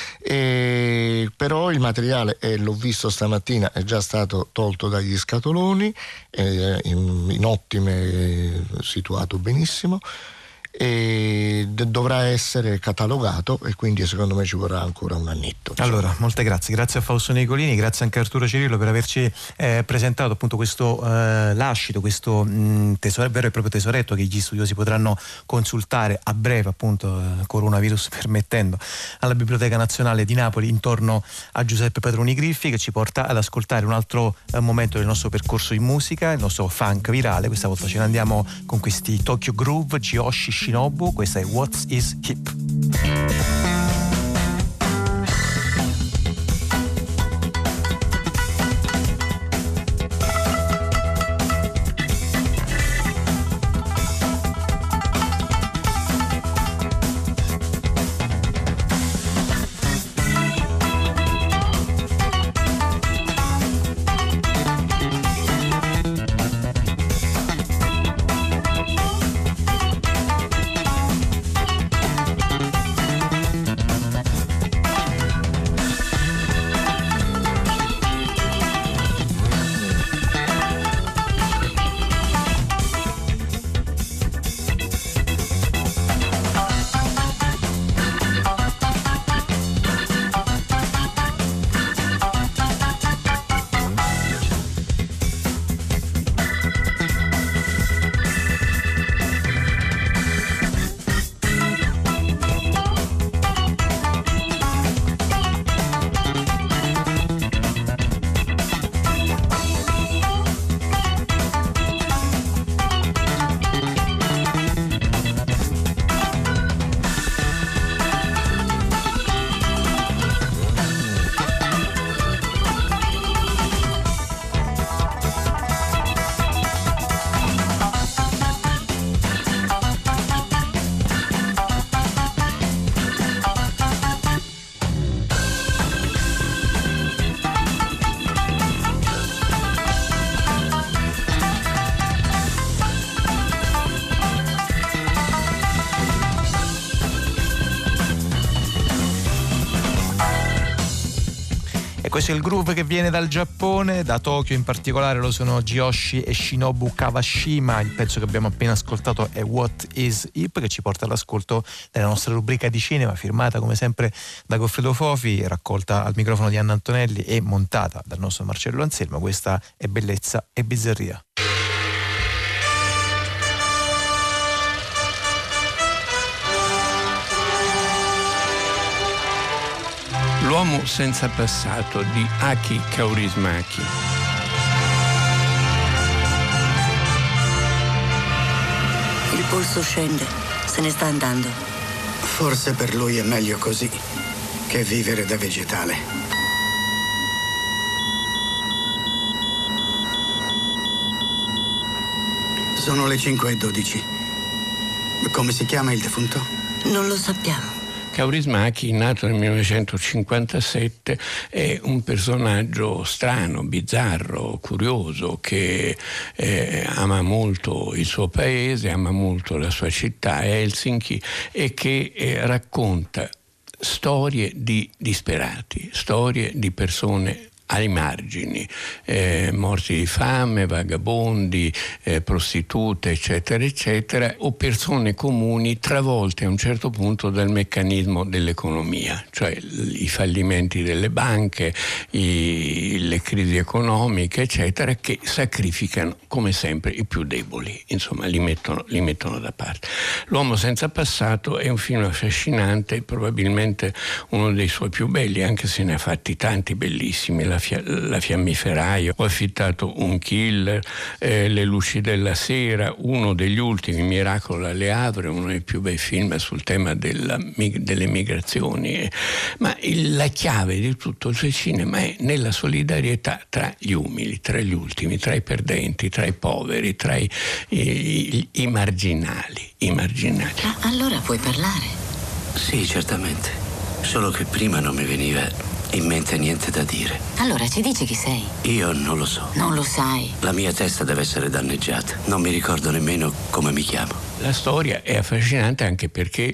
però il materiale, l'ho visto stamattina, è già stato tolto dagli scatoloni, in ottime, situato benissimo, e dovrà essere catalogato, e quindi secondo me ci vorrà ancora un annetto. Allora, molte grazie a Fausto Nicolini, grazie anche a Arturo Cirillo per averci presentato appunto questo lascito, questo vero e proprio tesoretto che gli studiosi potranno consultare a breve, appunto coronavirus permettendo, alla Biblioteca Nazionale di Napoli, intorno a Giuseppe Patroni Griffi, che ci porta ad ascoltare un altro momento del nostro percorso in musica, il nostro funk virale. Questa volta ce ne andiamo con questi Tokyo Groove, Kiyoshi Shinobu, questa è What is Hip. E questo è il groove che viene dal Giappone, da Tokyo in particolare lo sono Kiyoshi e Shinobu Kawashima. Il pezzo che abbiamo appena ascoltato è What is Hip, che ci porta all'ascolto della nostra rubrica di cinema, firmata come sempre da Goffredo Fofi, raccolta al microfono di Anna Antonelli e montata dal nostro Marcello Anselmo. Questa è Bellezza e Bizzarria. L'uomo senza passato di Aki Kaurismäki. Il polso scende, se ne sta andando. Forse per lui è meglio così che vivere da vegetale. Sono le 5:12. Come si chiama il defunto? Non lo sappiamo. Kaurismäki, nato nel 1957, è un personaggio strano, bizzarro, curioso, che ama molto il suo paese, ama molto la sua città, Helsinki, e che racconta storie di disperati, storie di persone ai margini, morti di fame, vagabondi, prostitute, eccetera, eccetera, o persone comuni travolte a un certo punto dal meccanismo dell'economia, cioè i fallimenti delle banche, le crisi economiche, eccetera, che sacrificano come sempre i più deboli, insomma li mettono da parte. L'uomo senza passato è un film affascinante, probabilmente uno dei suoi più belli, anche se ne ha fatti tanti bellissimi. La fiammiferaio, Ho affittato un killer, Le luci della sera, uno degli ultimi, Miracolo alle Havre, uno dei più bei film sul tema delle migrazioni. Ma la chiave di tutto il suo cinema è nella solidarietà tra gli umili, tra gli ultimi, tra i perdenti, tra i poveri, tra i marginali. Allora puoi parlare? Sì, certamente. Solo che prima non mi veniva in mente niente da dire. Allora ci dici chi sei? Io non lo so. Non lo sai? La mia testa deve essere danneggiata. Non mi ricordo nemmeno come mi chiamo. La storia è affascinante anche perché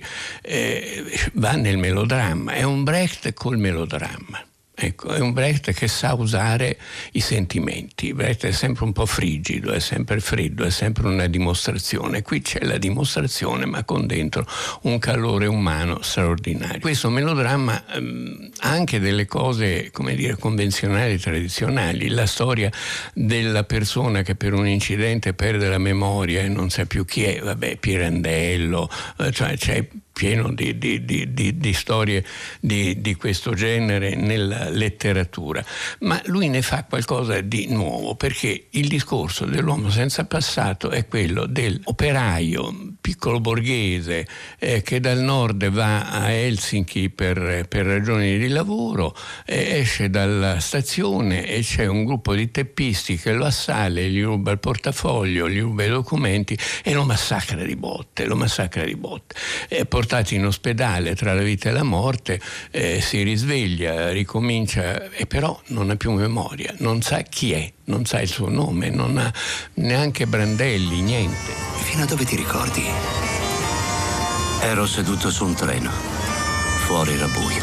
va nel melodramma. È un Brecht col melodramma. Ecco, è un Brecht che sa usare i sentimenti. Brecht è sempre un po' frigido, è sempre freddo, è sempre una dimostrazione. Qui c'è la dimostrazione, ma con dentro un calore umano straordinario. Questo melodramma ha anche delle cose, come dire, convenzionali, tradizionali. La storia della persona che per un incidente perde la memoria e non sa più chi è, vabbè, Pirandello, cioè c'è pieno di storie di questo genere nella letteratura, ma lui ne fa qualcosa di nuovo, perché il discorso dell'uomo senza passato è quello dell'operaio piccolo borghese che dal nord va a Helsinki per ragioni di lavoro, esce dalla stazione e c'è un gruppo di teppisti che lo assale, gli ruba il portafoglio, gli ruba i documenti e lo massacra di botte. Portato in ospedale tra la vita e la morte, si risveglia, ricomincia, e però non ha più memoria, non sa chi è, non sa il suo nome, non ha neanche brandelli, niente. Fino a dove ti ricordi? Ero seduto su un treno. Fuori era buio.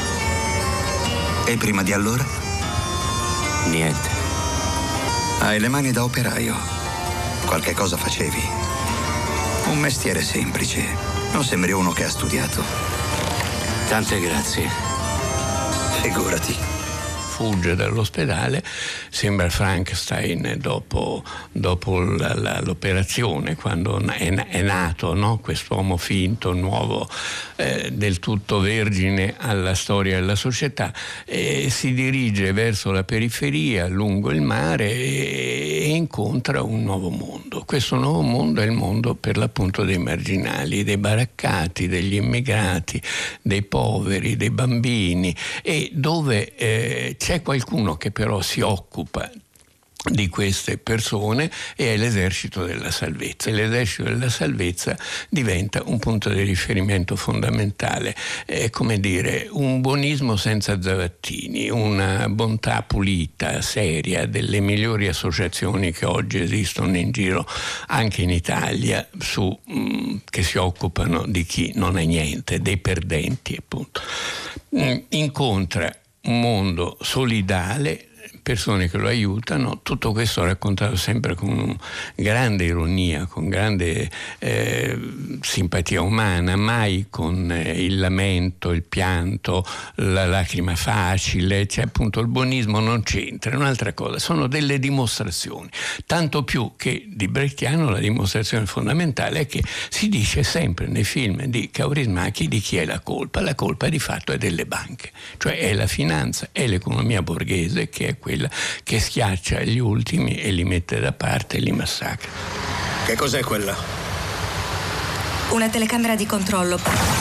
E prima di allora? Niente. Hai le mani da operaio. Qualche cosa facevi. Un mestiere semplice. Non sembri uno che ha studiato. Tante grazie. Figurati. Fugge dall'ospedale, sembra Frankenstein dopo l'operazione, quando è nato, no? Quest'uomo finto, nuovo, del tutto vergine alla storia e alla società, si dirige verso la periferia, lungo il mare, e incontra un nuovo mondo. Questo nuovo mondo è il mondo per l'appunto dei marginali, dei baraccati, degli immigrati, dei poveri, dei bambini, e dove c'è qualcuno che però si occupa di queste persone, e è l'esercito della salvezza. E l'esercito della salvezza diventa un punto di riferimento fondamentale, è come dire un buonismo senza zavattini, una bontà pulita, seria, delle migliori associazioni che oggi esistono in giro anche in Italia, che si occupano di chi non ha niente, dei perdenti appunto. Incontra un mondo solidale, persone che lo aiutano, tutto questo raccontato sempre con grande ironia, con grande simpatia umana, mai con il lamento, il pianto, la lacrima facile, cioè appunto il buonismo non c'entra, è un'altra cosa, sono delle dimostrazioni, tanto più che di Brechtiano la dimostrazione fondamentale è che si dice sempre nei film di Kaurismäki di chi è la colpa di fatto è delle banche, cioè è la finanza, è l'economia borghese che è quella che schiaccia gli ultimi e li mette da parte e li massacra. Che cos'è quella? Una telecamera di controllo.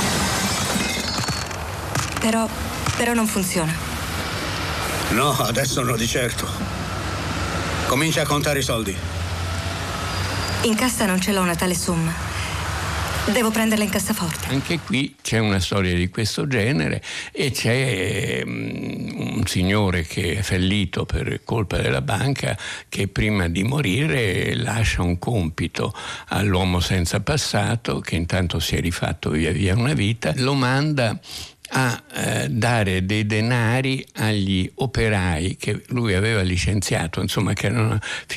Però non funziona. No, adesso no di certo. Comincia a contare i soldi. In cassa non ce l'ho una tale somma. Devo prenderla in cassaforte. Anche qui c'è una storia di questo genere e c'è un signore che è fallito per colpa della banca che prima di morire lascia un compito all'uomo senza passato che intanto si è rifatto via via una vita, lo manda a dare dei denari agli operai che lui aveva licenziato, insomma che erano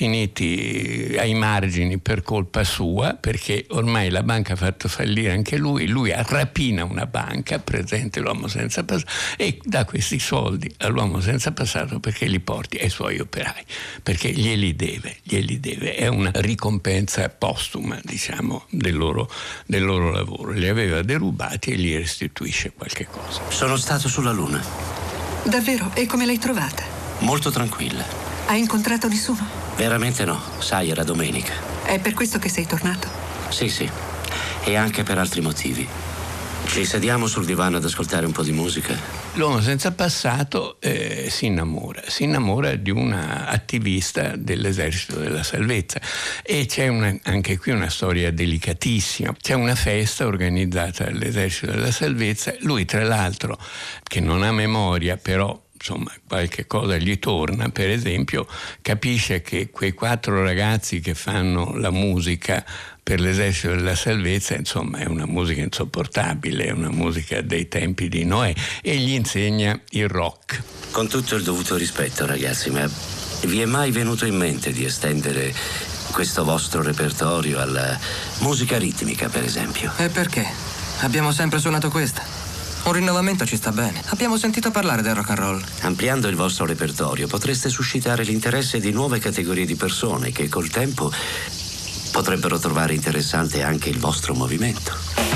finiti ai margini per colpa sua, perché ormai la banca ha fatto fallire anche lui rapina una banca, presente l'uomo senza passato, e dà questi soldi all'uomo senza passato perché li porti ai suoi operai, perché glieli deve, è una ricompensa postuma, diciamo, del loro lavoro, li aveva derubati e gli restituisce qualche cosa. Sono stato sulla Luna. Davvero? E come l'hai trovata? Molto tranquilla. Hai incontrato nessuno? Veramente no, sai, era domenica. È per questo che sei tornato? Sì, e anche per altri motivi. Ci sediamo sul divano ad ascoltare un po' di musica. L'uomo senza passato si innamora di una attivista dell'esercito della salvezza e c'è anche qui una storia delicatissima. C'è una festa organizzata dall'esercito della salvezza, lui tra l'altro che non ha memoria però insomma qualche cosa gli torna, per esempio capisce che quei 4 ragazzi che fanno la musica per l'esercito della salvezza, insomma è una musica insopportabile, è una musica dei tempi di Noè, e gli insegna il rock. Con tutto il dovuto rispetto, ragazzi, ma vi è mai venuto in mente di estendere questo vostro repertorio alla musica ritmica, per esempio? E perché? Abbiamo sempre suonato questa. Un rinnovamento ci sta bene. Abbiamo sentito parlare del rock and roll. Ampliando il vostro repertorio potreste suscitare l'interesse di nuove categorie di persone che col tempo potrebbero trovare interessante anche il vostro movimento.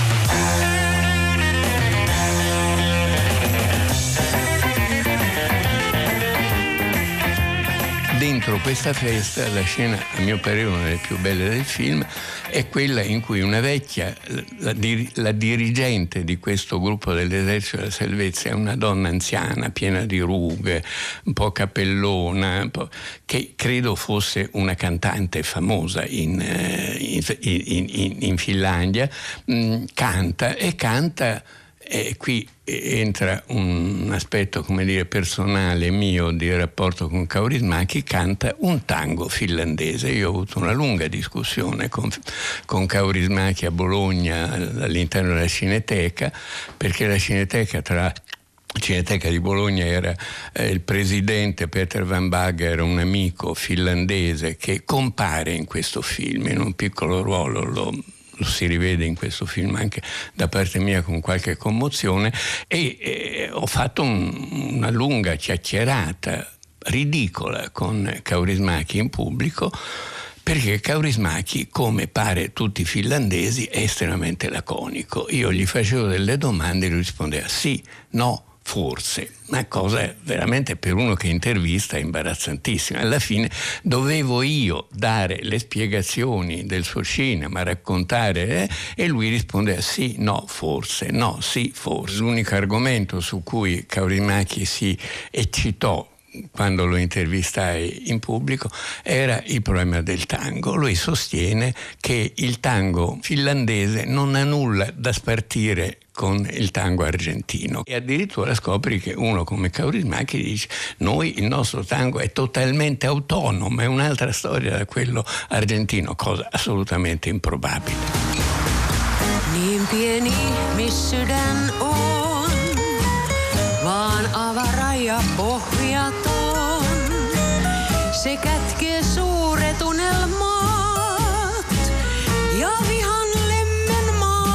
Dentro questa festa, la scena, a mio parere, una delle più belle del film, è quella in cui una vecchia, la dirigente di questo gruppo dell'esercito della salvezza, è una donna anziana, piena di rughe, un po' cappellona, che credo fosse una cantante famosa in Finlandia, canta. E qui entra un aspetto, come dire, personale mio di rapporto con Kaurismäki, canta un tango finlandese. Io ho avuto una lunga discussione con Kaurismäki a Bologna all'interno della Cineteca, perché la Cineteca di Bologna era il presidente Peter Van Bagger, un amico finlandese che compare in questo film in un piccolo ruolo, lo si rivede in questo film anche da parte mia con qualche commozione, e ho fatto una lunga chiacchierata ridicola con Kaurismäki in pubblico, perché Kaurismäki, come pare tutti i finlandesi, è estremamente laconico. Io gli facevo delle domande e lui rispondeva sì, no, forse. Una cosa veramente, per uno che intervista, imbarazzantissima. Alla fine dovevo io dare le spiegazioni del suo cinema, raccontare, e lui rispondeva sì, no, forse, no, sì, forse. L'unico argomento su cui Kaurismäki si eccitò quando lo intervistai in pubblico era il problema del tango. Lui sostiene che il tango finlandese non ha nulla da spartire con il tango argentino, e addirittura scopri che uno come Kaurismäki dice il nostro tango è totalmente autonomo, è un'altra storia da quello argentino, cosa assolutamente improbabile. Niin pieni, miss sydän on, vaan avara ja pohjaton. Se kätkee suuret unelmat ja vihan lemmen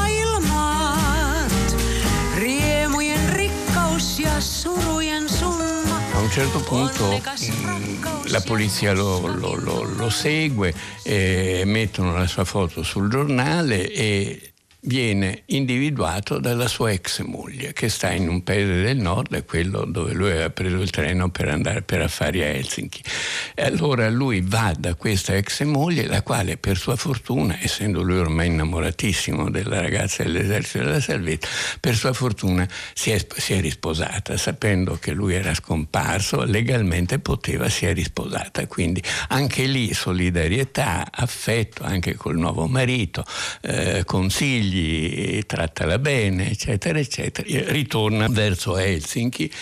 maailmat. Riemujen rikkaus ja surujen summa. A un certo punto la polizia lo segue, mettono la sua foto sul giornale e viene individuato dalla sua ex moglie, che sta in un paese del nord, quello dove lui aveva preso il treno per andare per affari a Helsinki. E allora lui va da questa ex moglie, la quale per sua fortuna, essendo lui ormai innamoratissimo della ragazza dell'esercito della salvezza, per sua fortuna si è risposata, sapendo che lui era scomparso, legalmente si è risposata, quindi anche lì solidarietà, affetto anche col nuovo marito, consigli, trattala bene, eccetera, eccetera. Ritorna verso Helsinki,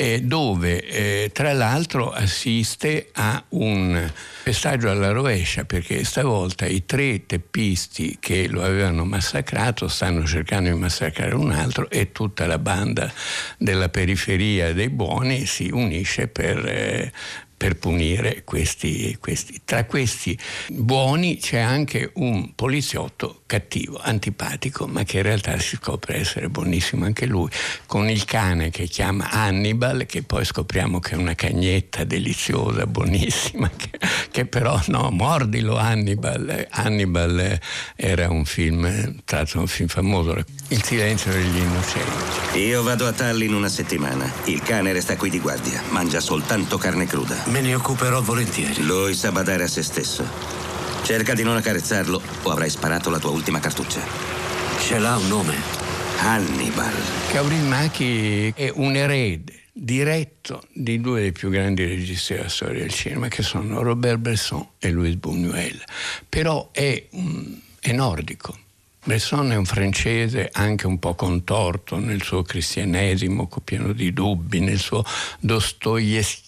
dove tra l'altro assiste a un pestaggio alla rovescia, perché stavolta i 3 teppisti che lo avevano massacrato stanno cercando di massacrare un altro e tutta la banda della periferia dei buoni si unisce per punire questi. Tra questi buoni c'è anche un poliziotto cattivo, antipatico, ma che in realtà si scopre essere buonissimo anche lui, con il cane che chiama Hannibal, che poi scopriamo che è una cagnetta deliziosa, buonissima, che però no, mordilo Hannibal. Hannibal era un film, tratto un film famoso, Il silenzio degli innocenti. Io vado a Tallinn una settimana. Il cane resta qui di guardia, mangia soltanto carne cruda. Me ne occuperò volentieri. Lui sa badare a se stesso. Cerca di non accarezzarlo o avrai sparato la tua ultima cartuccia. Ce l'ha un nome? Hannibal. Kaurismäki è un erede diretto di 2 dei più grandi registi della storia del cinema, che sono Robert Bresson e Louis Buñuel. Però è nordico. Bresson è un francese anche un po' contorto nel suo cristianesimo, pieno di dubbi, nel suo dostoevskianesimo,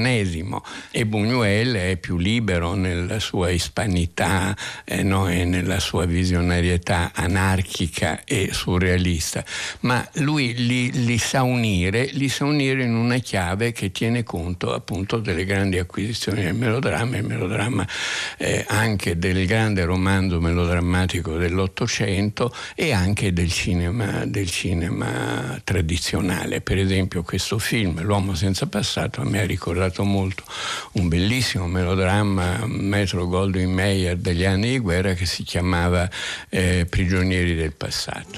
e Buñuel è più libero nella sua ispanità e nella sua visionarietà anarchica e surrealista, ma lui li sa unire in una chiave che tiene conto appunto delle grandi acquisizioni del melodramma, il melodramma anche del grande romanzo melodrammatico dell'Ottocento e anche del cinema tradizionale. Per esempio questo film, L'uomo senza passato, a me ha ricordato molto un bellissimo melodramma Metro-Goldwyn-Mayer degli anni di guerra che si chiamava Prigionieri del passato.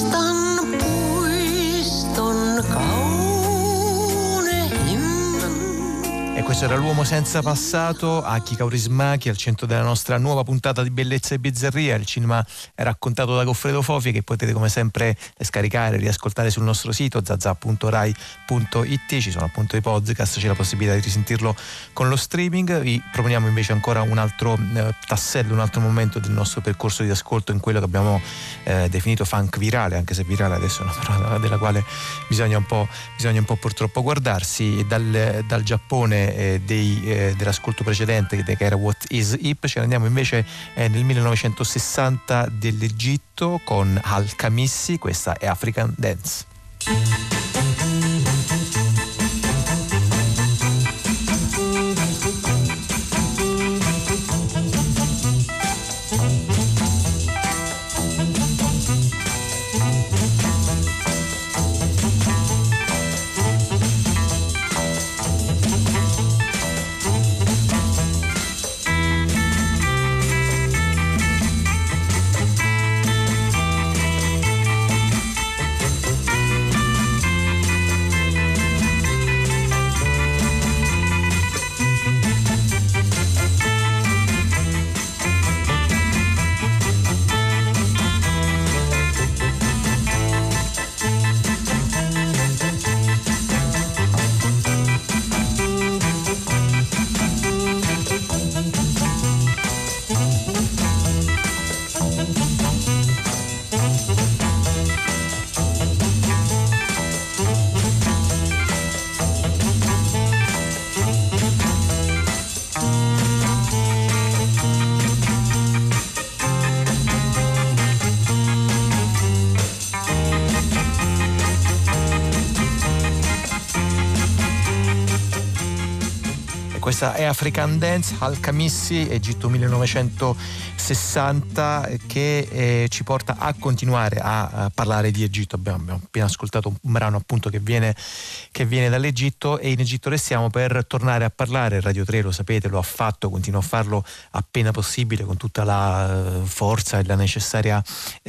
E questo era L'uomo senza passato, Aki Kaurismäki, al centro della nostra nuova puntata di Bellezza e Bizzarria. Il cinema è raccontato da Goffredo Fofi, che potete come sempre scaricare e riascoltare sul nostro sito zazza.rai.it. Ci sono appunto i podcast, c'è la possibilità di risentirlo con lo streaming. Vi proponiamo invece ancora un altro tassello, un altro momento del nostro percorso di ascolto in quello che abbiamo definito funk virale, anche se virale adesso è una parola della quale bisogna un po' purtroppo guardarsi. Dal Giappone dell'ascolto precedente, che era What is Hip, ce ne andiamo invece nel 1960 dell'Egitto con Al-Khamissi. Questa è African Dance. Questa è African Dance, Al-Khamissi, Egitto 1960, che ci porta a continuare a parlare di Egitto. Abbiamo appena ascoltato un brano appunto che viene dall'Egitto, e in Egitto restiamo per tornare a parlare. Radio 3, lo sapete, lo ha fatto, continua a farlo appena possibile, con tutta la forza e la necessaria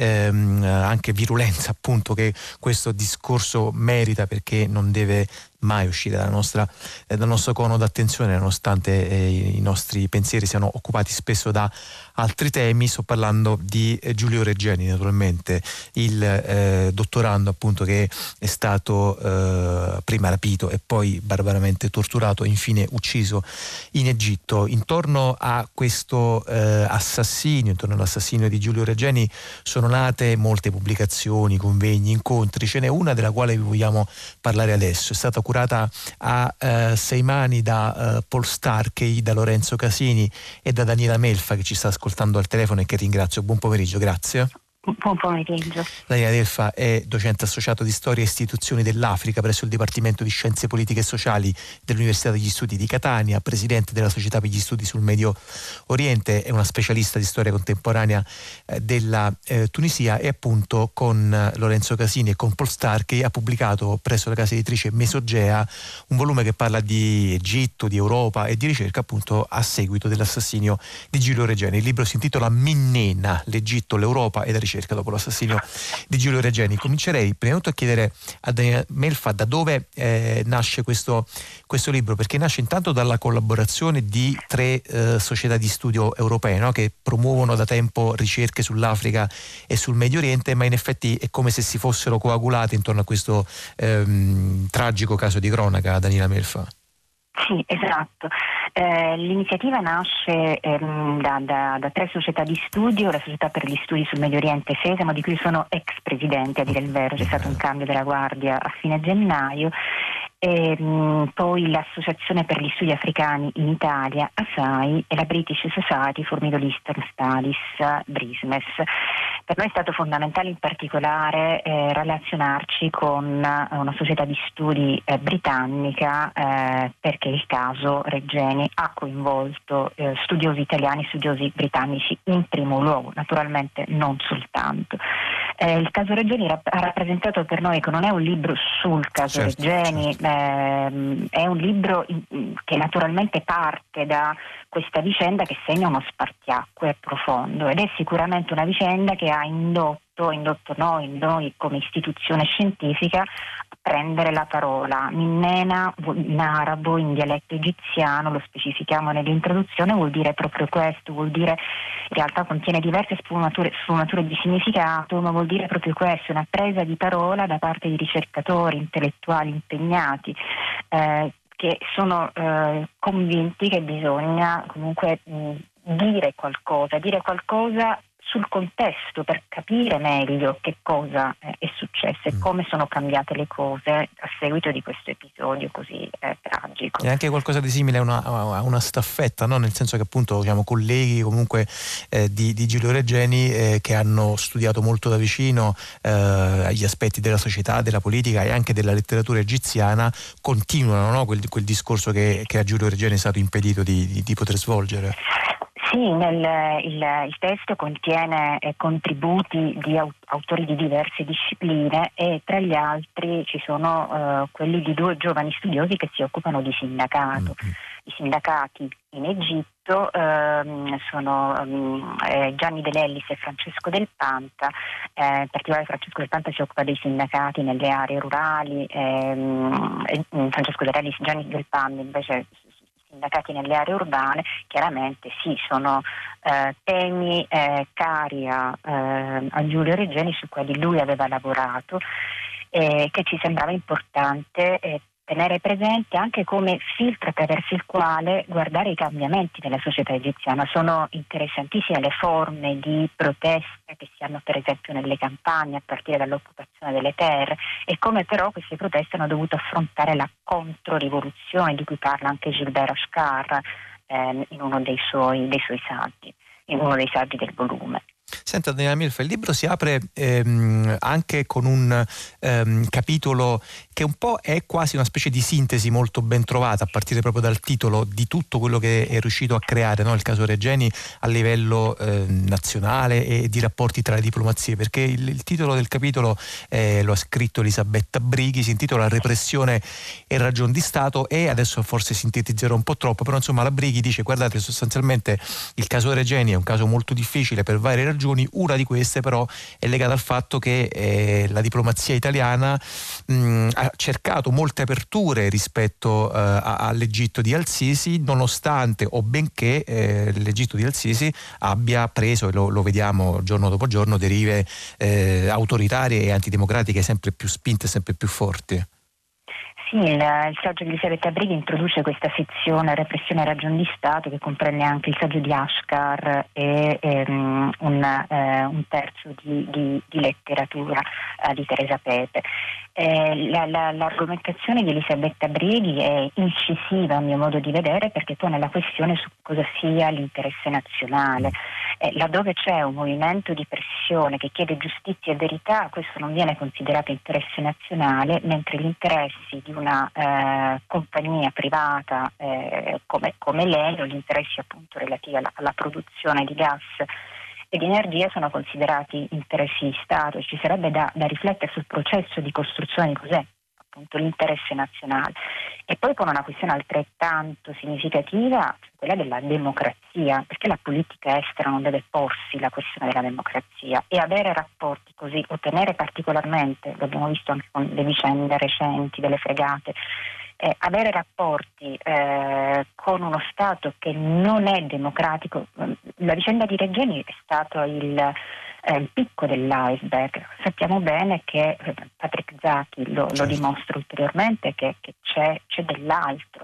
anche virulenza appunto che questo discorso merita, perché non deve mai uscire dal nostro cono d'attenzione, nonostante i nostri pensieri siano occupati spesso da altri temi. Sto parlando di Giulio Regeni, naturalmente il dottorando appunto che è stato prima rapito e poi barbaramente torturato e infine ucciso in Egitto. Intorno a questo assassinio, intorno all'assassinio di Giulio Regeni, sono nate molte pubblicazioni, convegni, incontri. Ce n'è una della quale vi vogliamo parlare adesso. È stata curata a 6 mani da Paul Starkey, da Lorenzo Casini e da Daniela Melfa, che ci sta ascoltando al telefono e che ringrazio. Buon pomeriggio, grazie. Buon pomeriggio. Daniela Melfa è docente associato di Storia e Istituzioni dell'Africa presso il Dipartimento di Scienze Politiche e Sociali dell'Università degli Studi di Catania, presidente della Società per gli Studi sul Medio Oriente, è una specialista di storia contemporanea della Tunisia, e appunto con Lorenzo Casini e con Paul Starkey ha pubblicato presso la casa editrice Mesogea un volume che parla di Egitto, di Europa e di ricerca appunto a seguito dell'assassinio di Giulio Regeni. Il libro si intitola Minnena, l'Egitto, l'Europa e la ricerca dopo l'assassinio di Giulio Regeni. Comincerei prima di tutto a chiedere a Daniela Melfa da dove nasce questo libro, perché nasce intanto dalla collaborazione di 3 società di studio europee, no? Che promuovono da tempo ricerche sull'Africa e sul Medio Oriente, ma in effetti è come se si fossero coagulate intorno a questo tragico caso di cronaca. Daniela Melfa. Sì, esatto. L'iniziativa nasce da 3 società di studio: la Società per gli Studi sul Medio Oriente Sesamo, di cui sono ex presidente, a dire il vero, c'è stato un cambio della guardia a fine gennaio, e poi l'Associazione per gli Studi Africani in Italia, ASAI, e la British Society for Middle Eastern Studies, BRISMES. Per noi è stato fondamentale in particolare relazionarci con una società di studi britannica, perché il caso Regeni ha coinvolto studiosi italiani, studiosi britannici in primo luogo, naturalmente non soltanto. Il caso Regeni ha rappresentato per noi che non è un libro sul caso Regeni, è un libro che naturalmente parte da questa vicenda che segna uno spartiacque profondo, ed è sicuramente una vicenda che ha indotto noi come istituzione scientifica a prendere la parola. Minnena in arabo, in dialetto egiziano, lo specifichiamo nell'introduzione, vuol dire proprio questo, vuol dire, in realtà contiene diverse sfumature di significato, ma vuol dire proprio questo, una presa di parola da parte di ricercatori, intellettuali impegnati, che sono convinti che bisogna comunque dire qualcosa sul contesto, per capire meglio che cosa è successo e come sono cambiate le cose a seguito di questo episodio così tragico. E anche qualcosa di simile a una staffetta, no? Nel senso che appunto colleghi comunque di Giulio Regeni che hanno studiato molto da vicino gli aspetti della società, della politica e anche della letteratura egiziana, continuano, no? quel discorso che a Giulio Regeni è stato impedito di poter svolgere. Sì, il testo contiene contributi di autori di diverse discipline, e tra gli altri ci sono quelli di 2 giovani studiosi che si occupano di sindacato. I sindacati in Egitto sono Gianni De Lellis e Francesco Del Panta. In particolare Francesco Del Panta si occupa dei sindacati nelle aree rurali, Francesco De Lellis, Gianni Del Panta invece sindacati nelle aree urbane. Chiaramente sì, sono temi cari a Giulio Regeni, su quali lui aveva lavorato, che ci sembrava importante tenere presente anche come filtro attraverso il quale guardare i cambiamenti della società egiziana. Sono interessantissime le forme di protesta che si hanno per esempio nelle campagne, a partire dall'occupazione delle terre, e come però queste proteste hanno dovuto affrontare la controrivoluzione di cui parla anche Gilbert Achcar in uno dei suoi saggi, in uno dei saggi del volume. Senta Daniela Milfa, il libro si apre anche con un capitolo che un po' è quasi una specie di sintesi molto ben trovata, a partire proprio dal titolo, di tutto quello che è riuscito a creare, no? Il caso Regeni a livello nazionale e di rapporti tra le diplomazie, perché il titolo del capitolo lo ha scritto Elisabetta Brighi, si intitola Repressione e ragion di Stato, e adesso forse sintetizzerò un po' troppo, però insomma la Brighi dice: guardate, sostanzialmente il caso Regeni è un caso molto difficile per varie ragioni. Una di queste però è legata al fatto che la diplomazia italiana ha cercato molte aperture rispetto all'Egitto di al-Sisi, nonostante o benché l'Egitto di al-Sisi abbia preso, e lo vediamo giorno dopo giorno, derive autoritarie e antidemocratiche sempre più spinte, sempre più forti. Sì, il saggio di Elisabetta Brighi introduce questa sezione repressione e ragion di Stato, che comprende anche il saggio di Ashkar e un terzo di letteratura di Teresa Pepe. L'argomentazione di Elisabetta Brighi è incisiva a mio modo di vedere, perché pone la questione su cosa sia l'interesse nazionale. Laddove c'è un movimento di pressione che chiede giustizia e verità, questo non viene considerato interesse nazionale, mentre gli interessi di una compagnia privata come l'Enel, gli interessi appunto relativi alla produzione di gas e di energia, sono considerati interessi di Stato. Ci sarebbe da riflettere sul processo di costruzione di cos'è appunto l'interesse nazionale. E poi pone una questione altrettanto significativa, quella della democrazia, perché la politica estera non deve porsi la questione della democrazia, e avere rapporti così, ottenere particolarmente, lo abbiamo visto anche con le vicende recenti delle fregate, avere rapporti con uno Stato che non è democratico. La vicenda di Regeni è stato il picco dell'iceberg. Sappiamo bene che Patrick Zaki lo dimostra ulteriormente, che c'è dell'altro.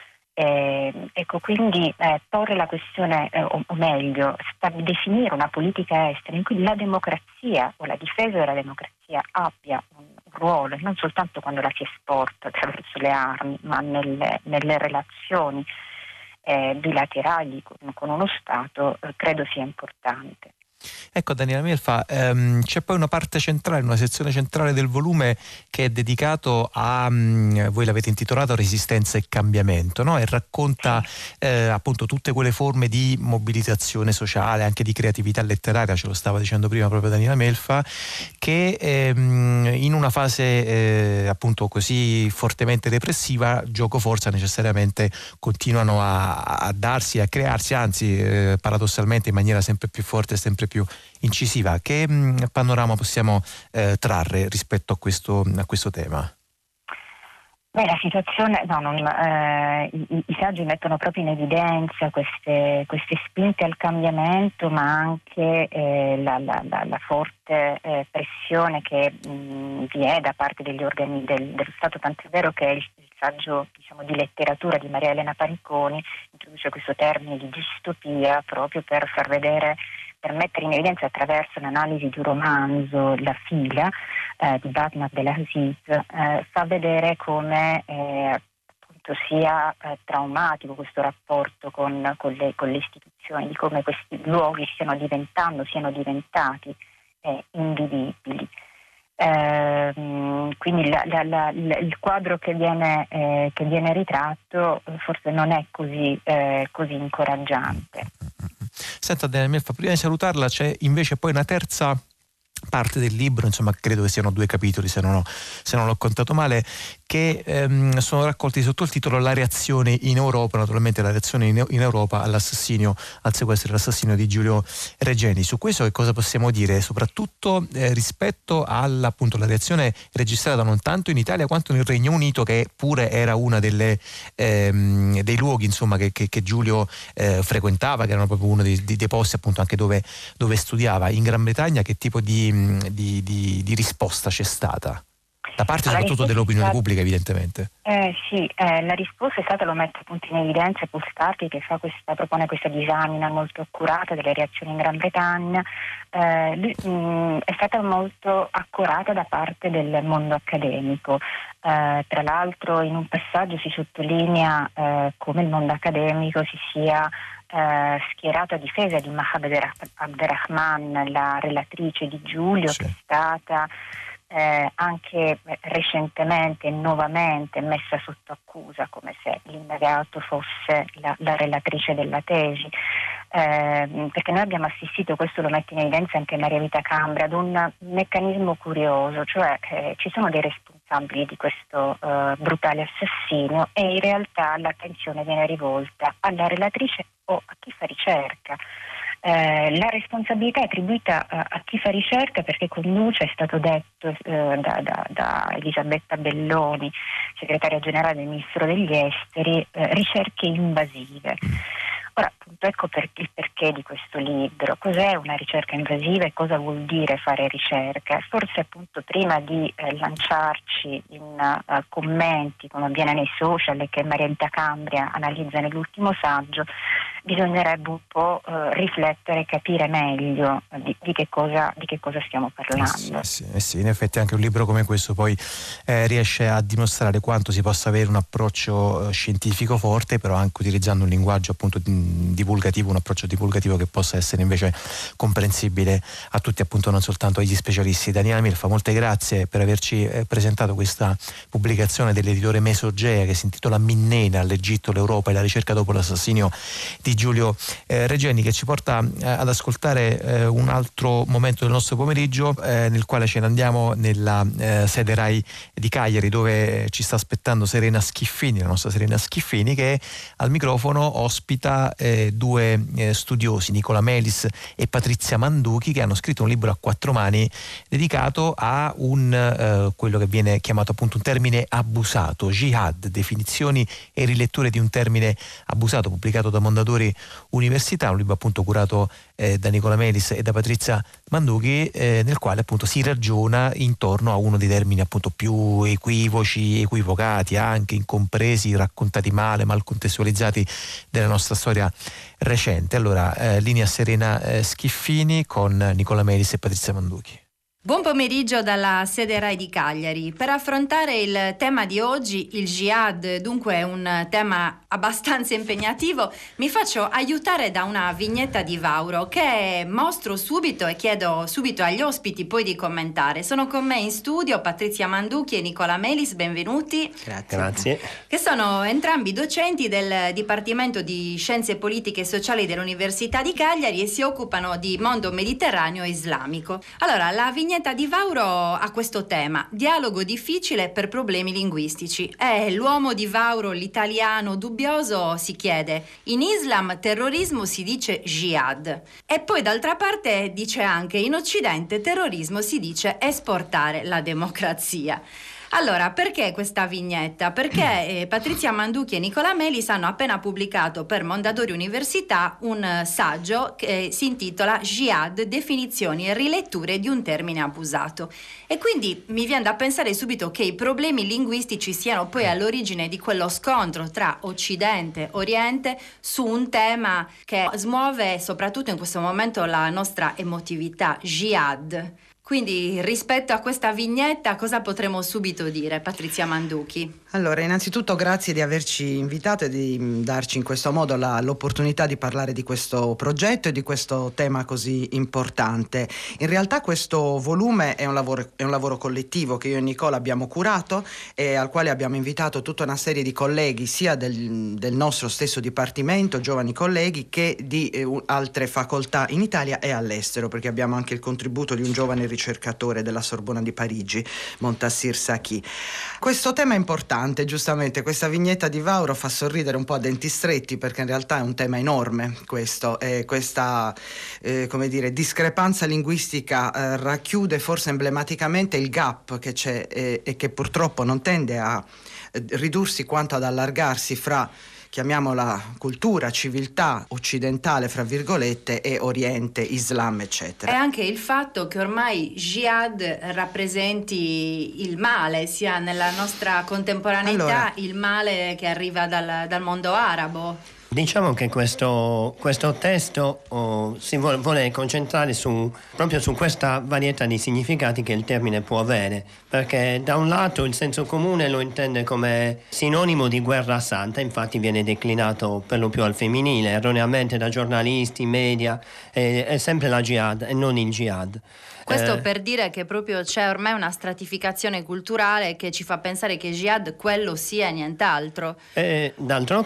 Ecco, quindi porre la questione, o meglio, definire una politica estera in cui la democrazia o la difesa della democrazia abbia un ruolo, non soltanto quando la si esporta attraverso le armi, ma nelle relazioni bilaterali con uno Stato, credo sia importante. Ecco Daniela Milfa, c'è poi una parte centrale, una sezione centrale del volume che è dedicato a, voi l'avete intitolato Resistenza e Cambiamento, no? E racconta appunto tutte quelle forme di mobilitazione sociale, anche di creatività letteraria, ce lo stava dicendo prima proprio Daniela Milfa, che in una fase appunto così fortemente repressiva, gioco forza, necessariamente continuano a darsi, a crearsi, anzi paradossalmente in maniera sempre più forte e sempre più incisiva. Che panorama possiamo trarre rispetto a questo tema? Beh, la situazione, i saggi mettono proprio in evidenza queste spinte al cambiamento, ma anche la forte pressione che vi è da parte degli organi dello Stato, tant'è vero che il saggio, diciamo, di letteratura di Maria Elena Paniconi introduce questo termine di distopia proprio per far vedere, per mettere in evidenza attraverso l'analisi di un romanzo, La fila, di Batman Abdelaziz, fa vedere come appunto sia traumatico questo rapporto con le istituzioni, di come questi luoghi siano diventati invivibili. Quindi il quadro che viene ritratto forse non è così incoraggiante. Senta Daniela Milfa, prima di salutarla c'è invece poi una terza parte del libro, insomma credo che siano 2 capitoli se non l'ho contato male, che sono raccolti sotto il titolo La reazione in Europa, naturalmente la reazione in Europa al sequestro e all'assassinio di Giulio Regeni. Su questo che cosa possiamo dire, soprattutto rispetto appunto la reazione registrata non tanto in Italia quanto nel Regno Unito, che pure era una dei luoghi insomma che Giulio frequentava, che erano proprio uno dei posti appunto anche dove studiava. In Gran Bretagna che tipo di risposta c'è stata? Da parte soprattutto dell'opinione pubblica, evidentemente. Sì, la risposta è stata, lo mette appunto in evidenza Postati, che propone questa disamina molto accurata delle reazioni in Gran Bretagna. È stata molto accurata da parte del mondo accademico. Tra l'altro in un passaggio si sottolinea come il mondo accademico si sia schierato a difesa di Maha Abderrahman, la relatrice di Giulio, che è stata anche recentemente e nuovamente messa sotto accusa, come se l'indagato fosse la relatrice della tesi, perché noi abbiamo assistito, questo lo mette in evidenza anche Maria Vita Cambra, ad un meccanismo curioso, cioè ci sono dei responsabili di questo brutale assassinio e in realtà l'attenzione viene rivolta alla relatrice o a chi fa ricerca. La responsabilità è attribuita a chi fa ricerca perché conduce, è stato detto da Elisabetta Belloni, segretaria generale del Ministero degli Esteri, ricerche invasive. Ora, appunto, ecco il perché di questo libro. Cos'è una ricerca invasiva e cosa vuol dire fare ricerca? Forse appunto prima di lanciarci in commenti, come avviene nei social e che Maria Vita Cambria analizza nell'ultimo saggio, bisognerebbe un po' riflettere e capire meglio di che cosa stiamo parlando. Sì, in effetti anche un libro come questo poi riesce a dimostrare quanto si possa avere un approccio scientifico forte, però anche utilizzando un linguaggio appunto divulgativo, un approccio divulgativo che possa essere invece comprensibile a tutti, appunto non soltanto agli specialisti. Daniela Milfa, molte grazie per averci presentato questa pubblicazione dell'editore Mesogea che si intitola Minnena, l'Egitto, l'Europa e la ricerca dopo l'assassinio di Giulio Regeni, che ci porta ad ascoltare un altro momento del nostro pomeriggio nel quale ce ne andiamo nella sede RAI di Cagliari, dove ci sta aspettando Serena Schiffini, la nostra Serena Schiffini, che al microfono ospita due studiosi, Nicola Melis e Patrizia Manduchi, che hanno scritto un libro a 4 mani dedicato a quello che viene chiamato appunto un termine abusato, jihad, definizioni e riletture di un termine abusato, pubblicato da Mondadori Università, un libro appunto curato da Nicola Melis e da Patrizia Manduchi, nel quale appunto si ragiona intorno a uno dei termini appunto più equivoci, equivocati, anche incompresi, raccontati male, mal contestualizzati della nostra storia recente. Allora, linea Serena Schiffini con Nicola Melis e Patrizia Manduchi. Buon pomeriggio dalla sede RAI di Cagliari. Per affrontare il tema di oggi, il jihad, dunque un tema abbastanza impegnativo, mi faccio aiutare da una vignetta di Vauro che mostro subito e chiedo subito agli ospiti poi di commentare. Sono con me in studio Patrizia Manduchi e Nicola Melis, benvenuti. Grazie. Che sono entrambi docenti del Dipartimento di Scienze Politiche e Sociali dell'Università di Cagliari e si occupano di mondo mediterraneo e islamico. Allora, la vignetta di Vauro ha questo tema: dialogo difficile per problemi linguistici. L'uomo di Vauro, l'italiano dubbioso, si chiede: in Islam terrorismo si dice jihad, e poi d'altra parte dice anche in Occidente terrorismo si dice esportare la democrazia. Allora, perché questa vignetta? Perché Patrizia Manduchi e Nicola Melis hanno appena pubblicato per Mondadori Università un saggio che si intitola Jihad, definizioni e riletture di un termine abusato. E quindi mi viene da pensare subito che i problemi linguistici siano poi all'origine di quello scontro tra Occidente e Oriente su un tema che smuove soprattutto in questo momento la nostra emotività, jihad. Quindi rispetto a questa vignetta cosa potremmo subito dire, Patrizia Manduchi? Allora, innanzitutto grazie di averci invitato e di darci in questo modo l'opportunità di parlare di questo progetto e di questo tema così importante. In realtà questo volume è un lavoro collettivo che io e Nicola abbiamo curato e al quale abbiamo invitato tutta una serie di colleghi sia del nostro stesso dipartimento, giovani colleghi, che di altre facoltà in Italia e all'estero, perché abbiamo anche il contributo di un giovane ricercatore della Sorbona di Parigi, Montassir Saki. Questo tema è importante, giustamente questa vignetta di Vauro fa sorridere un po' a denti stretti, perché in realtà è un tema enorme questo, questa discrepanza linguistica racchiude forse emblematicamente il gap che c'è e che purtroppo non tende a ridursi quanto ad allargarsi fra, chiamiamola, cultura, civiltà occidentale, fra virgolette, e Oriente, Islam, eccetera. E anche il fatto che ormai jihad rappresenti il male, sia nella nostra contemporaneità il male che arriva dal mondo arabo. Diciamo che questo testo si vuole concentrare proprio su questa varietà di significati che il termine può avere, perché da un lato il senso comune lo intende come sinonimo di guerra santa, infatti viene declinato per lo più al femminile, erroneamente da giornalisti, media, è sempre la jihad e non il jihad. Questo per dire che proprio c'è ormai una stratificazione culturale che ci fa pensare che jihad quello sia e nient'altro. D'altro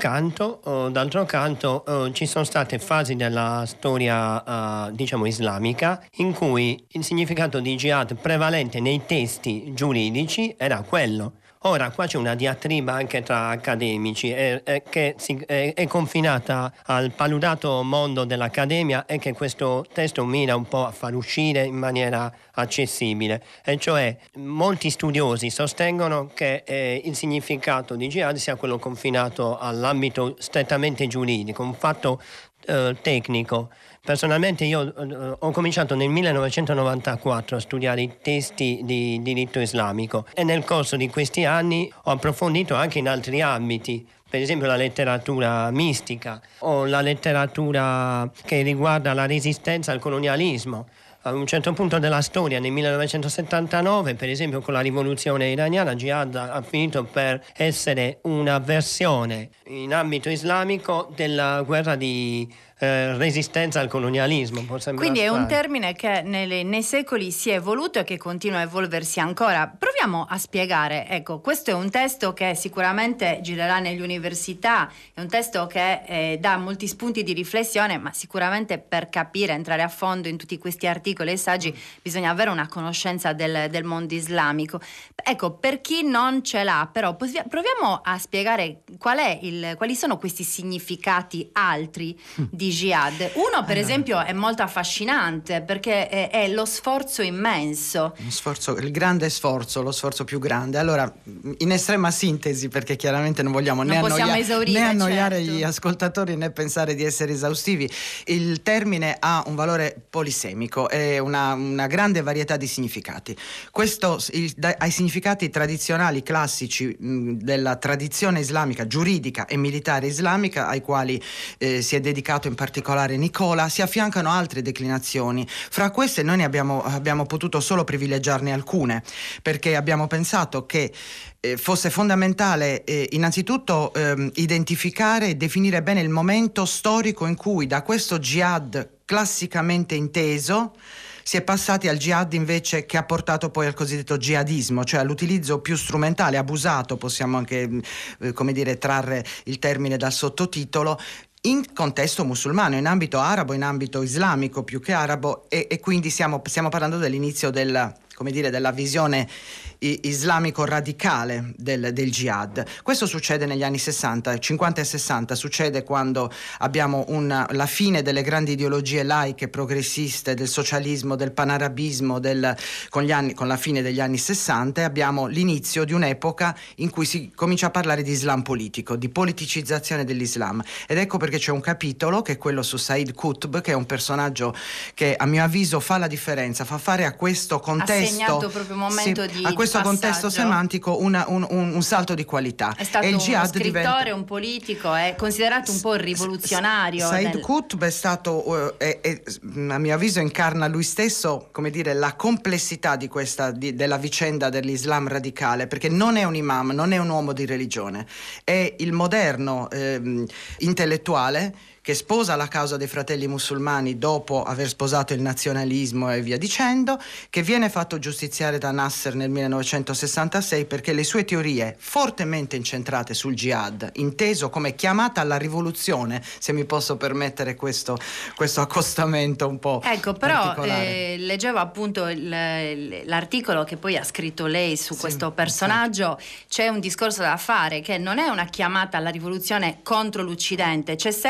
canto ci sono state fasi della storia diciamo islamica in cui il significato di jihad prevalente nei testi giuridici era quello. Ora qua c'è una diatriba anche tra accademici che è confinata al paludato mondo dell'accademia e che questo testo mira un po' a far uscire in maniera accessibile, e cioè molti studiosi sostengono che il significato di jihad sia quello confinato all'ambito strettamente giuridico, un fatto tecnico. Personalmente io ho cominciato nel 1994 a studiare i testi di diritto islamico e nel corso di questi anni ho approfondito anche in altri ambiti, per esempio la letteratura mistica o la letteratura che riguarda la resistenza al colonialismo. A un certo punto della storia, nel 1979, per esempio con la rivoluzione iraniana, jihad ha finito per essere una versione in ambito islamico della guerra di resistenza al colonialismo. Quindi è un termine che nei secoli si è evoluto e che continua a evolversi ancora. Proviamo a spiegare, ecco, questo è un testo che sicuramente girerà nelle università, è un testo che dà molti spunti di riflessione, ma sicuramente per capire, entrare a fondo in tutti questi articoli e saggi bisogna avere una conoscenza del mondo islamico. Ecco, per chi non ce l'ha, però proviamo a spiegare quali sono questi significati altri di jihad. Uno, per esempio, è molto affascinante perché è lo sforzo immenso. Il grande sforzo, lo sforzo più grande. Allora, in estrema sintesi, perché chiaramente non vogliamo né annoiare gli ascoltatori né pensare di essere esaustivi, il termine ha un valore polisemico e una grande varietà di significati. Questo ai significati tradizionali, classici della tradizione islamica, giuridica e militare islamica, ai quali si è dedicato in particolare Nicola, si affiancano altre declinazioni. Fra queste noi ne abbiamo potuto solo privilegiarne alcune, perché abbiamo pensato che fosse fondamentale innanzitutto identificare e definire bene il momento storico in cui da questo jihad classicamente inteso si è passati al jihad invece che ha portato poi al cosiddetto jihadismo, cioè all'utilizzo più strumentale, abusato, possiamo anche trarre il termine dal sottotitolo, in contesto musulmano, in ambito arabo, in ambito islamico più che arabo, e quindi stiamo parlando dell'inizio della visione islamico radicale del jihad. Questo succede negli anni 60, 50 e 60, succede quando abbiamo la fine delle grandi ideologie laiche progressiste, del socialismo, del panarabismo, con la fine degli anni 60, e abbiamo l'inizio di un'epoca in cui si comincia a parlare di Islam politico, di politicizzazione dell'Islam. Ed ecco perché c'è un capitolo che è quello su Said Qutb, che è un personaggio che a mio avviso fa la differenza, fa fare a questo contesto, proprio un momento di questo contesto semantico un salto di qualità. È stato uno scrittore, un politico, è considerato un po' rivoluzionario. Said Qutb è stato, a mio avviso incarna lui stesso, la complessità della vicenda dell'Islam radicale, perché non è un imam, non è un uomo di religione, è il moderno intellettuale che sposa la causa dei fratelli musulmani dopo aver sposato il nazionalismo e via dicendo, che viene fatto giustiziare da Nasser nel 1966 perché le sue teorie fortemente incentrate sul jihad, inteso come chiamata alla rivoluzione, se mi posso permettere questo accostamento un po' però particolare. Leggevo appunto l'articolo che poi ha scritto lei su questo personaggio. C'è un discorso da fare, che non è una chiamata alla rivoluzione contro l'Occidente, c'è sempre anche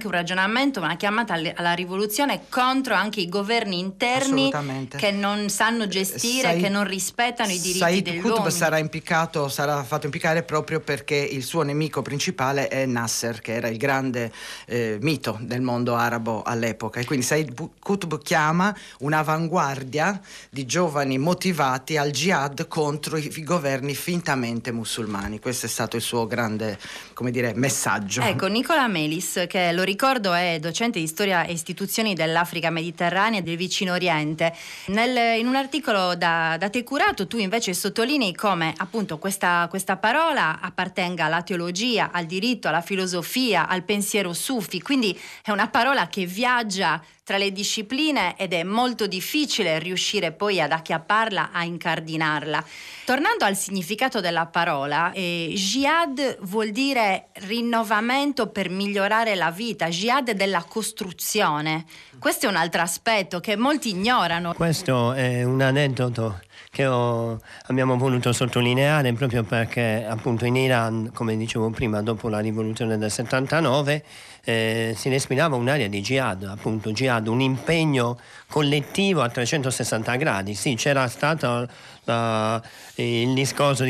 anche un ragionamento, una chiamata alla rivoluzione contro anche i governi interni che non sanno gestire, che non rispettano i diritti degli uomini. Sarà fatto impiccare proprio perché il suo nemico principale è Nasser, che era il grande mito del mondo arabo all'epoca, e quindi Said Qutb chiama un'avanguardia di giovani motivati al jihad contro i governi fintamente musulmani. Questo è stato il suo grande, messaggio. Ecco, Nicola Melis, che lo ricordo è docente di storia e istituzioni dell'Africa mediterranea e del Vicino Oriente. In un articolo da te curato, tu invece sottolinei come appunto questa parola appartenga alla teologia, al diritto, alla filosofia, al pensiero sufi, quindi è una parola che viaggia tra le discipline ed è molto difficile riuscire poi ad acchiapparla, a incardinarla. Tornando al significato della parola, jihad vuol dire rinnovamento per migliorare la vita, jihad della costruzione. Questo è un altro aspetto che molti ignorano. Questo è un aneddoto che abbiamo voluto sottolineare proprio perché appunto in Iran, come dicevo prima, dopo la rivoluzione del 79 si respirava un'area di jihad, appunto jihad, un impegno collettivo a 360 gradi. Sì, c'era stato il discorso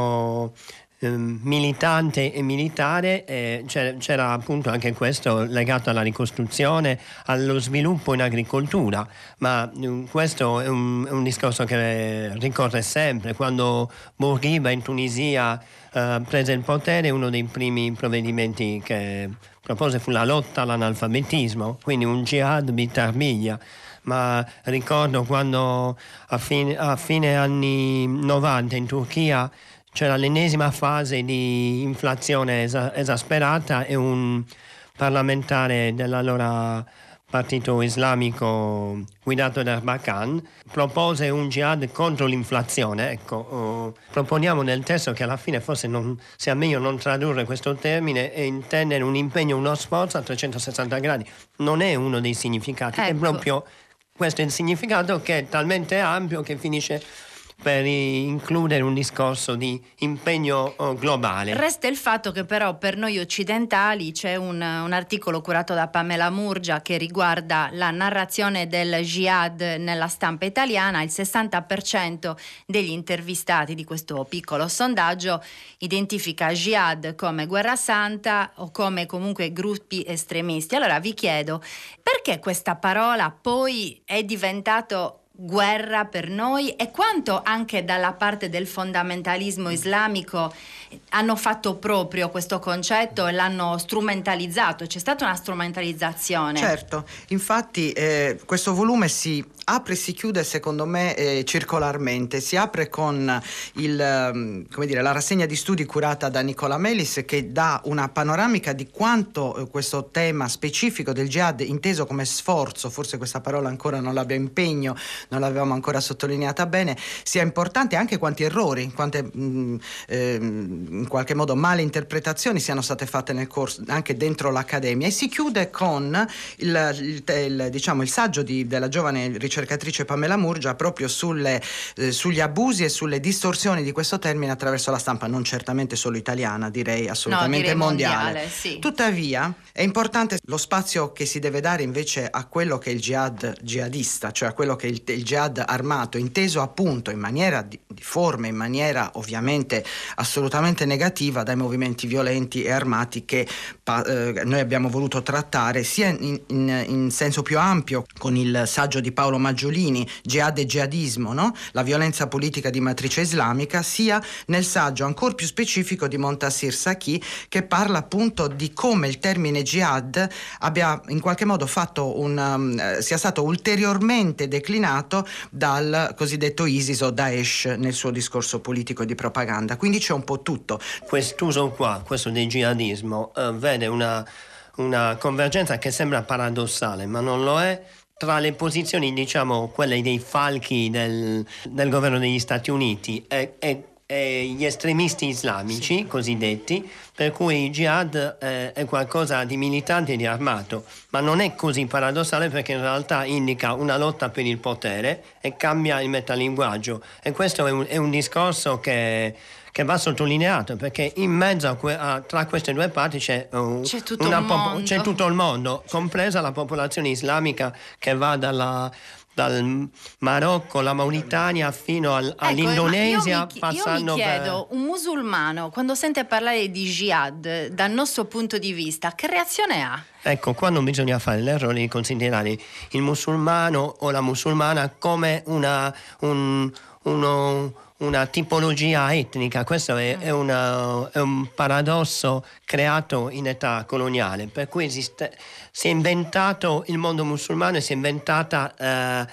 militante e militare, c'era appunto anche questo legato alla ricostruzione, allo sviluppo in agricoltura, ma questo è un discorso che ricorre sempre. Quando Bourguiba in Tunisia prese il potere, uno dei primi provvedimenti che propose fu la lotta all'analfabetismo, quindi un jihad bitarbiglia. Ma ricordo quando a fine anni 90 in Turchia c'era l'ennesima fase di inflazione esasperata e un parlamentare dell'allora partito islamico guidato da Erbakan propose un jihad contro l'inflazione. Ecco, proponiamo nel testo che alla fine forse sia meglio non tradurre questo termine e intendere un impegno, uno sforzo a 360 gradi. Non è uno dei significati, è proprio questo è il significato, che è talmente ampio che finisce per includere un discorso di impegno globale. Resta il fatto che però per noi occidentali c'è un articolo curato da Pamela Murgia che riguarda la narrazione del jihad nella stampa italiana. Il 60% degli intervistati di questo piccolo sondaggio identifica jihad come guerra santa o come comunque gruppi estremisti. Allora vi chiedo, perché questa parola poi è diventato guerra per noi, e quanto anche dalla parte del fondamentalismo islamico hanno fatto proprio questo concetto e l'hanno strumentalizzato? C'è stata una strumentalizzazione. Certo, infatti questo volume si apre e si chiude secondo me circolarmente. Si apre con la rassegna di studi curata da Nicola Melis, che dà una panoramica di quanto questo tema specifico del jihad, inteso come sforzo, forse questa parola ancora non l'abbia impegno, non l'avevamo ancora sottolineata bene, sia importante, anche quanti errori, quante in qualche modo male interpretazioni siano state fatte nel corso anche dentro l'accademia. E si chiude con il saggio della giovane ricercatrice Pamela Murgia proprio sugli abusi e sulle distorsioni di questo termine attraverso la stampa, non certamente solo italiana, direi assolutamente mondiale. Sì. Tuttavia è importante lo spazio che si deve dare invece a quello che è il jihadista, cioè a quello che è il jihad armato, inteso appunto in maniera di forma, in maniera ovviamente assolutamente negativa, dai movimenti violenti e armati che noi abbiamo voluto trattare sia in senso più ampio con il saggio di Paolo Maggiolini, Jihad e Jihadismo, no? La violenza politica di matrice islamica, sia nel saggio ancor più specifico di Montassir Saki, che parla appunto di come il termine jihad abbia in qualche modo sia stato ulteriormente declinato dal cosiddetto ISIS o Daesh nel suo discorso politico di propaganda. Quindi c'è un po' tutto. Quest'uso qua, questo del jihadismo, vede una convergenza che sembra paradossale, ma non lo è, tra le posizioni, quelle dei falchi del governo degli Stati Uniti e gli estremisti islamici cosiddetti, per cui il jihad è qualcosa di militante e di armato, ma non è così paradossale, perché in realtà indica una lotta per il potere e cambia il metalinguaggio, e questo è un discorso che va sottolineato, perché in mezzo tra queste due parti c'è tutto il mondo, compresa la popolazione islamica che va dal Marocco, la Mauritania fino all'Indonesia, passando io mi chiedo, un musulmano quando sente parlare di jihad dal nostro punto di vista, che reazione ha? Ecco, qua non bisogna fare l'errore di considerare il musulmano o la musulmana come una tipologia etnica. Questo è un paradosso creato in età coloniale, per cui si è inventato il mondo musulmano e si è inventata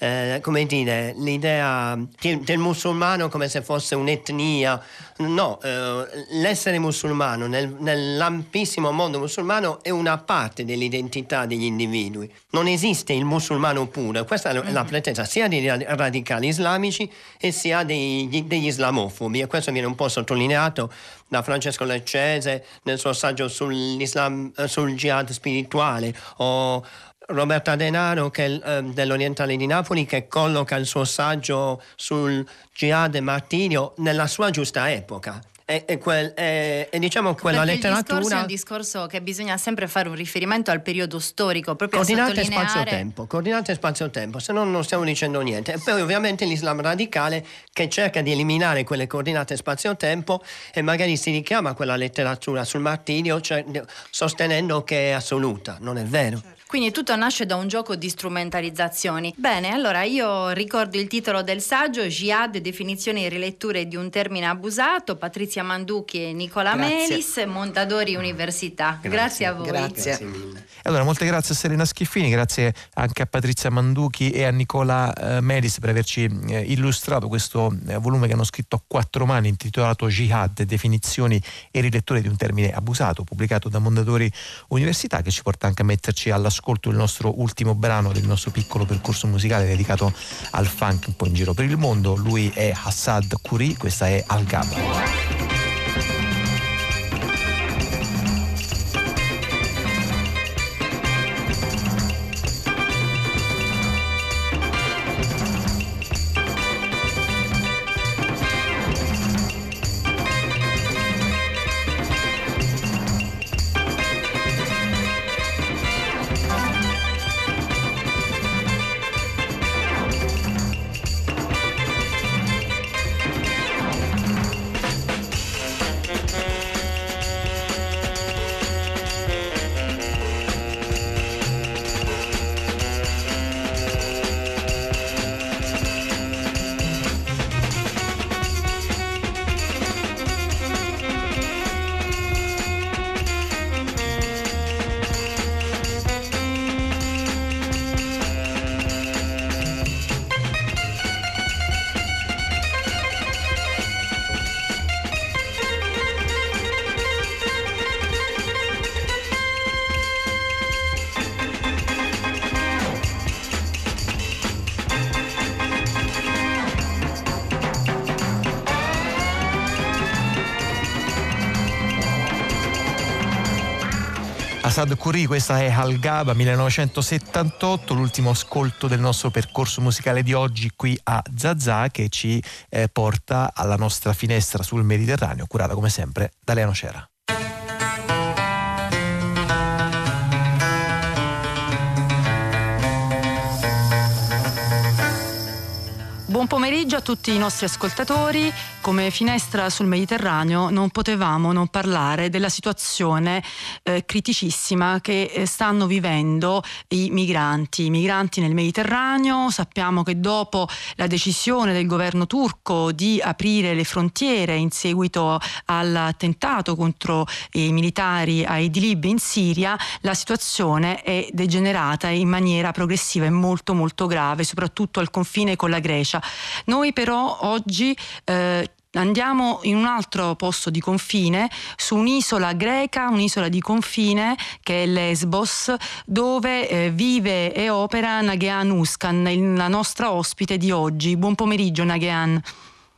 l'idea del musulmano come se fosse un'etnia. No, l'essere musulmano nell'ampissimo mondo musulmano è una parte dell'identità degli individui. Non esiste il musulmano puro. Questa è la pretesa sia dei radicali islamici e sia degli islamofobi, e questo viene un po' sottolineato da Francesco Leccese nel suo saggio sul jihad spirituale, o Roberta Denaro dell'Orientale di Napoli, che colloca il suo saggio sul jihad e martirio nella sua giusta epoca. E diciamo quella letteratura. Il discorso è un discorso che bisogna sempre fare un riferimento al periodo storico, proprio coordinate spazio-tempo, se no non stiamo dicendo niente. E poi ovviamente l'Islam radicale, che cerca di eliminare quelle coordinate spazio-tempo e magari si richiama a quella letteratura sul martirio, cioè sostenendo che è assoluta. Non è vero. Quindi tutto nasce da un gioco di strumentalizzazioni. Bene, allora io ricordo il titolo del saggio: Jihad, definizioni e riletture di un termine abusato. Patrizia Manducchi e Nicola Melis, Mondadori Università. Grazie a voi. Grazie mille. Allora, molte grazie a Serena Schiffini, grazie anche a Patrizia Manducchi e a Nicola Melis per averci illustrato questo volume che hanno scritto a 4 mani, intitolato Jihad, definizioni e riletture di un termine abusato, pubblicato da Mondadori Università, che ci porta anche a metterci all'ascolto il nostro ultimo brano del nostro piccolo percorso musicale dedicato al funk un po' in giro per il mondo. Lui è Hassad Khoury, questa è Al-Ghaba. Hassad Khoury, questa è Al-Ghaba 1978, l'ultimo ascolto del nostro percorso musicale di oggi qui a Zazà, che ci porta alla nostra finestra sul Mediterraneo, curata come sempre da Lea Nocera. Buon pomeriggio a tutti i nostri ascoltatori. Come finestra sul Mediterraneo non potevamo non parlare della situazione criticissima che stanno vivendo i migranti nel Mediterraneo. Sappiamo che dopo la decisione del governo turco di aprire le frontiere in seguito all'attentato contro i militari a Idlib in Siria, la situazione è degenerata in maniera progressiva e molto molto grave, soprattutto al confine con la Grecia. Noi però oggi andiamo in un altro posto di confine, su un'isola greca, un'isola di confine che è Lesbos, dove vive e opera Nagihan Uskan, la nostra ospite di oggi. Buon pomeriggio Nagihan.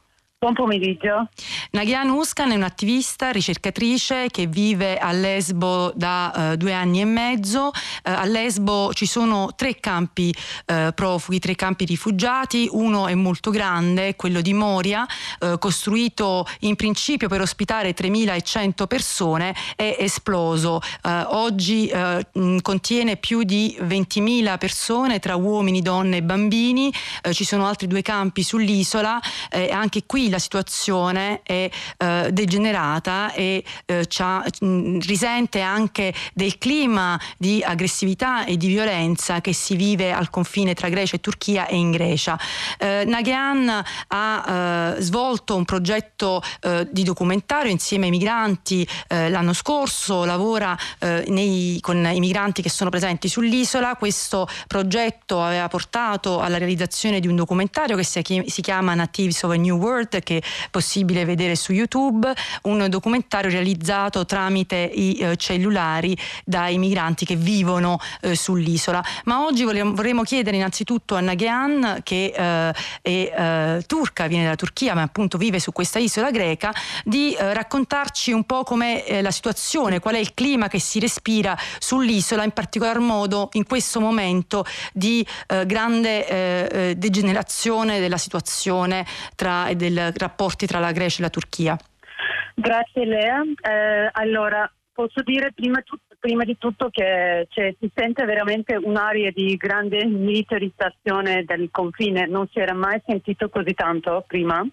Buon pomeriggio. Nagihan Uskan è un'attivista, ricercatrice che vive a Lesbo da 2 anni e mezzo. A Lesbo ci sono 3 campi profughi, 3 campi rifugiati. Uno è molto grande, quello di Moria, costruito in principio per ospitare 3.100 persone, è esploso. Oggi contiene più di 20.000 persone tra uomini, donne e bambini. Ci sono altri 2 campi sull'isola. Anche qui la situazione è degenerata e risente anche del clima di aggressività e di violenza che si vive al confine tra Grecia e Turchia e in Grecia. Nagihan ha svolto un progetto di documentario insieme ai migranti l'anno scorso, lavora con i migranti che sono presenti sull'isola. Questo progetto aveva portato alla realizzazione di un documentario che si chiama Natives of a New World, che è possibile vedere su YouTube, un documentario realizzato tramite i cellulari dai migranti che vivono sull'isola. Ma oggi vorremmo chiedere innanzitutto a Nagihan, che è turca, viene dalla Turchia ma appunto vive su questa isola greca, di raccontarci un po' com'è la situazione, qual è il clima che si respira sull'isola, in particolar modo in questo momento di grande degenerazione della situazione e dei rapporti tra la Grecia e la Turchia. Grazie Lea. Allora, posso dire prima di tutto che si sente veramente un'area di grande militarizzazione del confine, non si era mai sentito così tanto prima.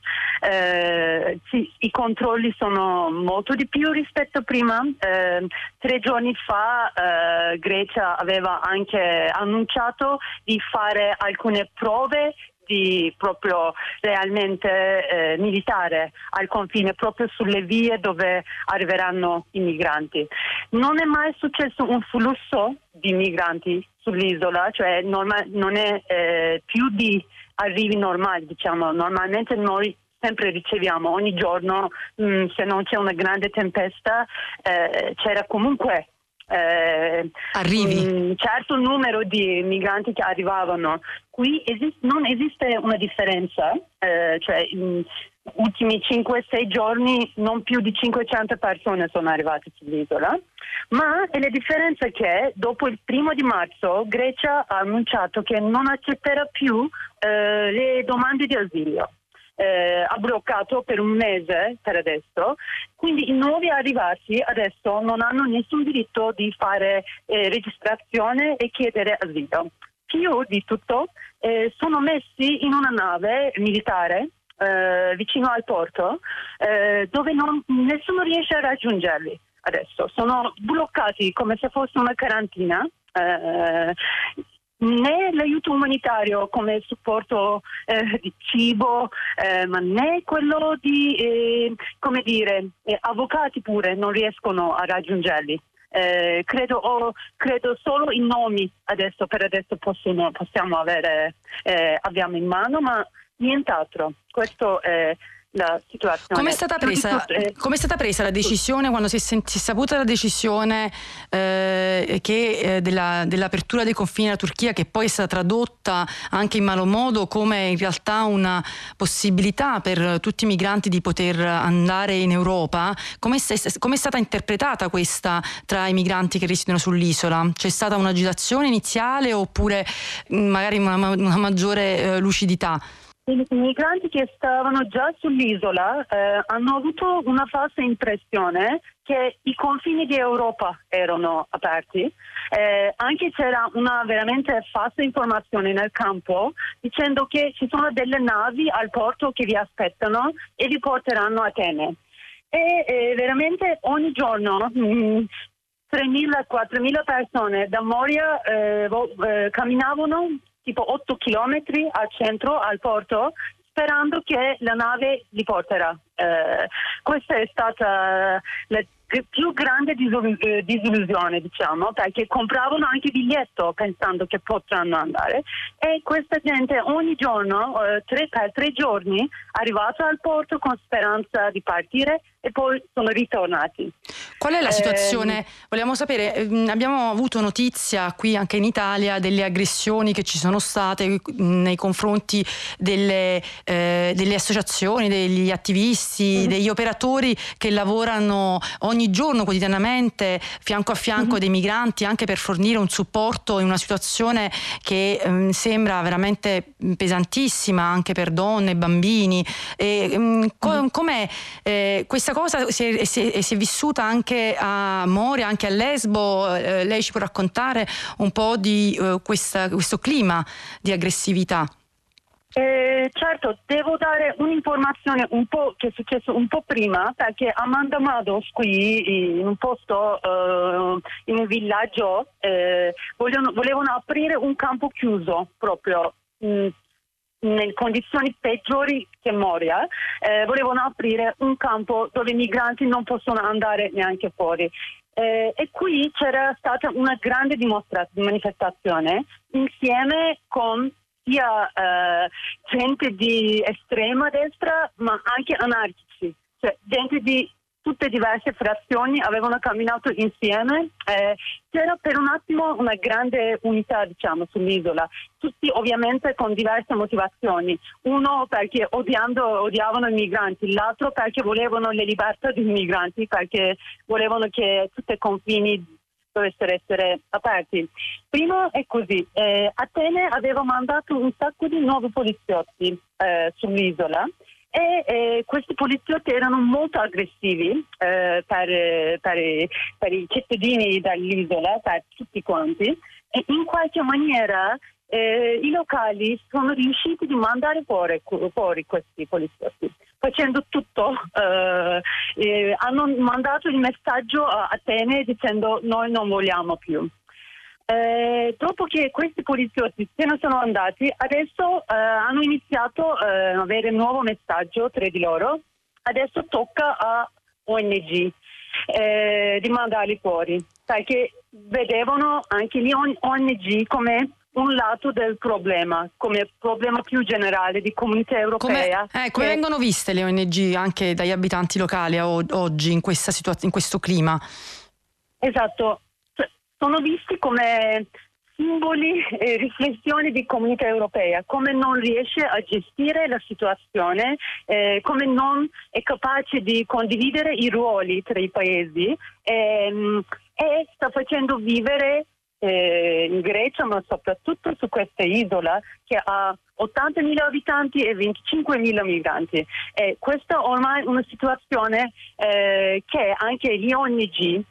I controlli sono molto di più rispetto a prima. 3 giorni fa Grecia aveva anche annunciato di fare alcune prove di proprio realmente militare al confine, proprio sulle vie dove arriveranno i migranti. Non è mai successo un flusso di migranti sull'isola, cioè non è più di arrivi normali, diciamo. Normalmente noi sempre riceviamo ogni giorno, se non c'è una grande tempesta, c'era comunque un certo numero di migranti che arrivavano. Qui non esiste una differenza, cioè in ultimi 5-6 giorni non più di 500 persone sono arrivate sull'isola, ma la differenza è che dopo il 1 di marzo Grecia ha annunciato che non accetterà più le domande di asilo. Ha bloccato per un mese per adesso, quindi i nuovi arrivati adesso non hanno nessun diritto di fare registrazione e chiedere asilo. Più di tutto sono messi in una nave militare vicino al porto dove nessuno riesce a raggiungerli. Adesso sono bloccati come se fosse una quarantina. Né l'aiuto umanitario come supporto di cibo, ma né quello di, avvocati pure non riescono a raggiungerli. Credo solo i nomi per adesso possiamo abbiamo in mano, ma nient'altro. Questo è la situazione. Come è stata presa la decisione, quando si è saputa la decisione dell'apertura dei confini alla Turchia, che poi è stata tradotta anche in malo modo come in realtà una possibilità per tutti i migranti di poter andare in Europa? Come è stata interpretata questa tra i migranti che risiedono sull'isola? C'è stata un'agitazione iniziale oppure magari una maggiore lucidità? I migranti che stavano già sull'isola hanno avuto una falsa impressione che i confini di Europa erano aperti. Anche c'era una veramente falsa informazione nel campo dicendo che ci sono delle navi al porto che vi aspettano e vi porteranno a Atene. E veramente ogni giorno 3.000-4.000 persone da Moria camminavano tipo 8 chilometri al centro, al porto, sperando che la nave li porterà Questa è stata la più grande disillusione, diciamo, perché compravano anche biglietto pensando che potranno andare, e questa gente ogni giorno, per 3 giorni, arrivata al porto con speranza di partire e poi sono ritornati. Qual è la situazione? Vogliamo sapere, abbiamo avuto notizia qui anche in Italia delle aggressioni che ci sono state nei confronti delle associazioni, degli attivisti, degli operatori che lavorano ogni giorno, quotidianamente, fianco a fianco dei migranti, anche per fornire un supporto in una situazione che sembra veramente pesantissima anche per donne e bambini. Com'è questa cosa si è vissuta anche a Moria, anche a Lesbo? Lei ci può raccontare un po' di questo clima di aggressività? Certo, devo dare un'informazione un po' che è successo un po' prima, perché a Mandamadous, qui in un posto, in un villaggio, volevano aprire un campo chiuso proprio nelle condizioni peggiori che Moria. Volevano aprire un campo dove i migranti non possono andare neanche fuori. E qui c'era stata una grande manifestazione insieme con sia gente di estrema destra ma anche anarchici, cioè gente di tutte diverse frazioni avevano camminato insieme. C'era per un attimo una grande unità, diciamo, sull'isola, tutti ovviamente con diverse motivazioni, uno perché odiavano i migranti, l'altro perché volevano le libertà dei migranti, perché volevano che tutti i confini dovessero essere aperti. Prima è così, Atene aveva mandato un sacco di nuovi poliziotti sull'isola, e questi poliziotti erano molto aggressivi per i cittadini dell'isola, per tutti quanti, e in qualche maniera i locali sono riusciti a mandare fuori questi poliziotti. Facendo tutto, hanno mandato il messaggio a Atene dicendo noi non vogliamo più. Dopo che questi poliziotti se ne sono andati, adesso hanno iniziato a avere un nuovo messaggio tra di loro. Adesso tocca a ONG di mandarli fuori, perché vedevano anche gli ONG come un lato del problema, come problema più generale di comunità europea. Come vengono viste le ONG anche dagli abitanti locali oggi in questa situazione, in questo clima? Esatto, sono visti come simboli e riflessioni di comunità europea, come non riesce a gestire la situazione, come non è capace di condividere i ruoli tra i paesi, e sta facendo vivere in Grecia, ma soprattutto su questa isola che ha 80.000 abitanti e 25.000 migranti. Questa ormai è una situazione che anche gli ONG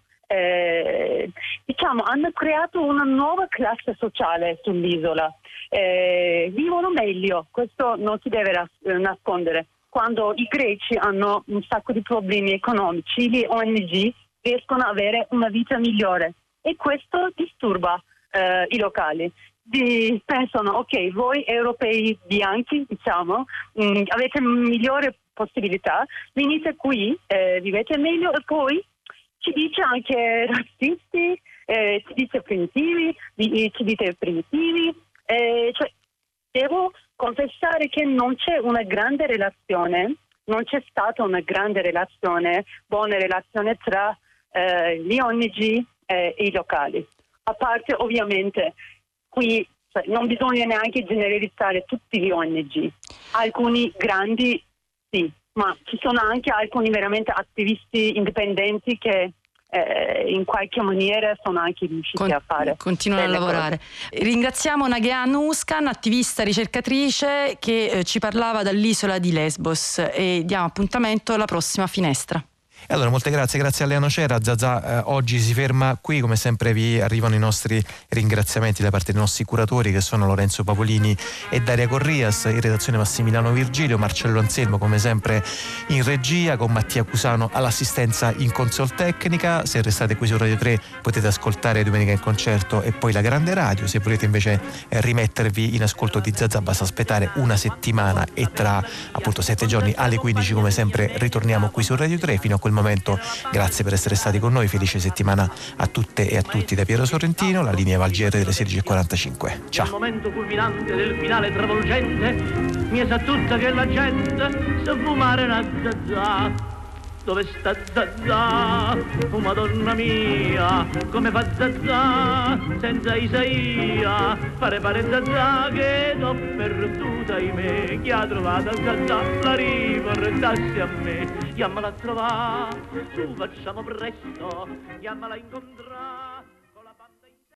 diciamo hanno creato una nuova classe sociale sull'isola. Vivono meglio, questo non si deve nascondere. Quando i greci hanno un sacco di problemi economici, gli ONG riescono ad avere una vita migliore. E questo disturba i locali. Pensano, ok, voi europei bianchi, diciamo, avete migliore possibilità, venite qui, vivete meglio, e poi ci dice anche razzisti, ci dice primitivi, ci dite primitivi. Cioè, devo confessare che non c'è una grande relazione, non c'è stata una grande relazione, buona relazione tra gli ONG e i locali. A parte ovviamente qui non bisogna neanche generalizzare tutti gli ONG, alcuni grandi sì, ma ci sono anche alcuni veramente attivisti indipendenti che in qualche maniera sono anche riusciti a fare. Continuano a lavorare. Ringraziamo Naghea Nuskan, attivista ricercatrice, che ci parlava dall'isola di Lesbos, e diamo appuntamento alla prossima finestra. E allora molte grazie a Lea Nocera. Zazà oggi si ferma qui, come sempre vi arrivano i nostri ringraziamenti da parte dei nostri curatori che sono Lorenzo Pavolini e Daria Corrias, in redazione Massimiliano Virgilio, Marcello Anselmo come sempre in regia, con Mattia Cusano all'assistenza in console tecnica. Se restate qui su Radio 3 potete ascoltare Domenica in Concerto e poi la Grande Radio. Se volete invece rimettervi in ascolto di Zazà basta aspettare una settimana e tra appunto 7 giorni alle 15 come sempre ritorniamo qui su Radio 3. Fino a quel momento grazie per essere stati con noi, felice settimana a tutte e a tutti da Piero Sorrentino. La linea va al GR delle 16:45. Ciao. Il momento culminante del finale travolgente mi sa tutta che la gente sa fumare una Zazà. Dove sta Zazà? Oh Madonna mia, come fa Zazà senza Isaia? Pare Zazà che t'ho perduta ahimè. Chi ha trovato Zazà la riportassi a me. Chiamala a trovare, su facciamo presto, chiamala a incontrare.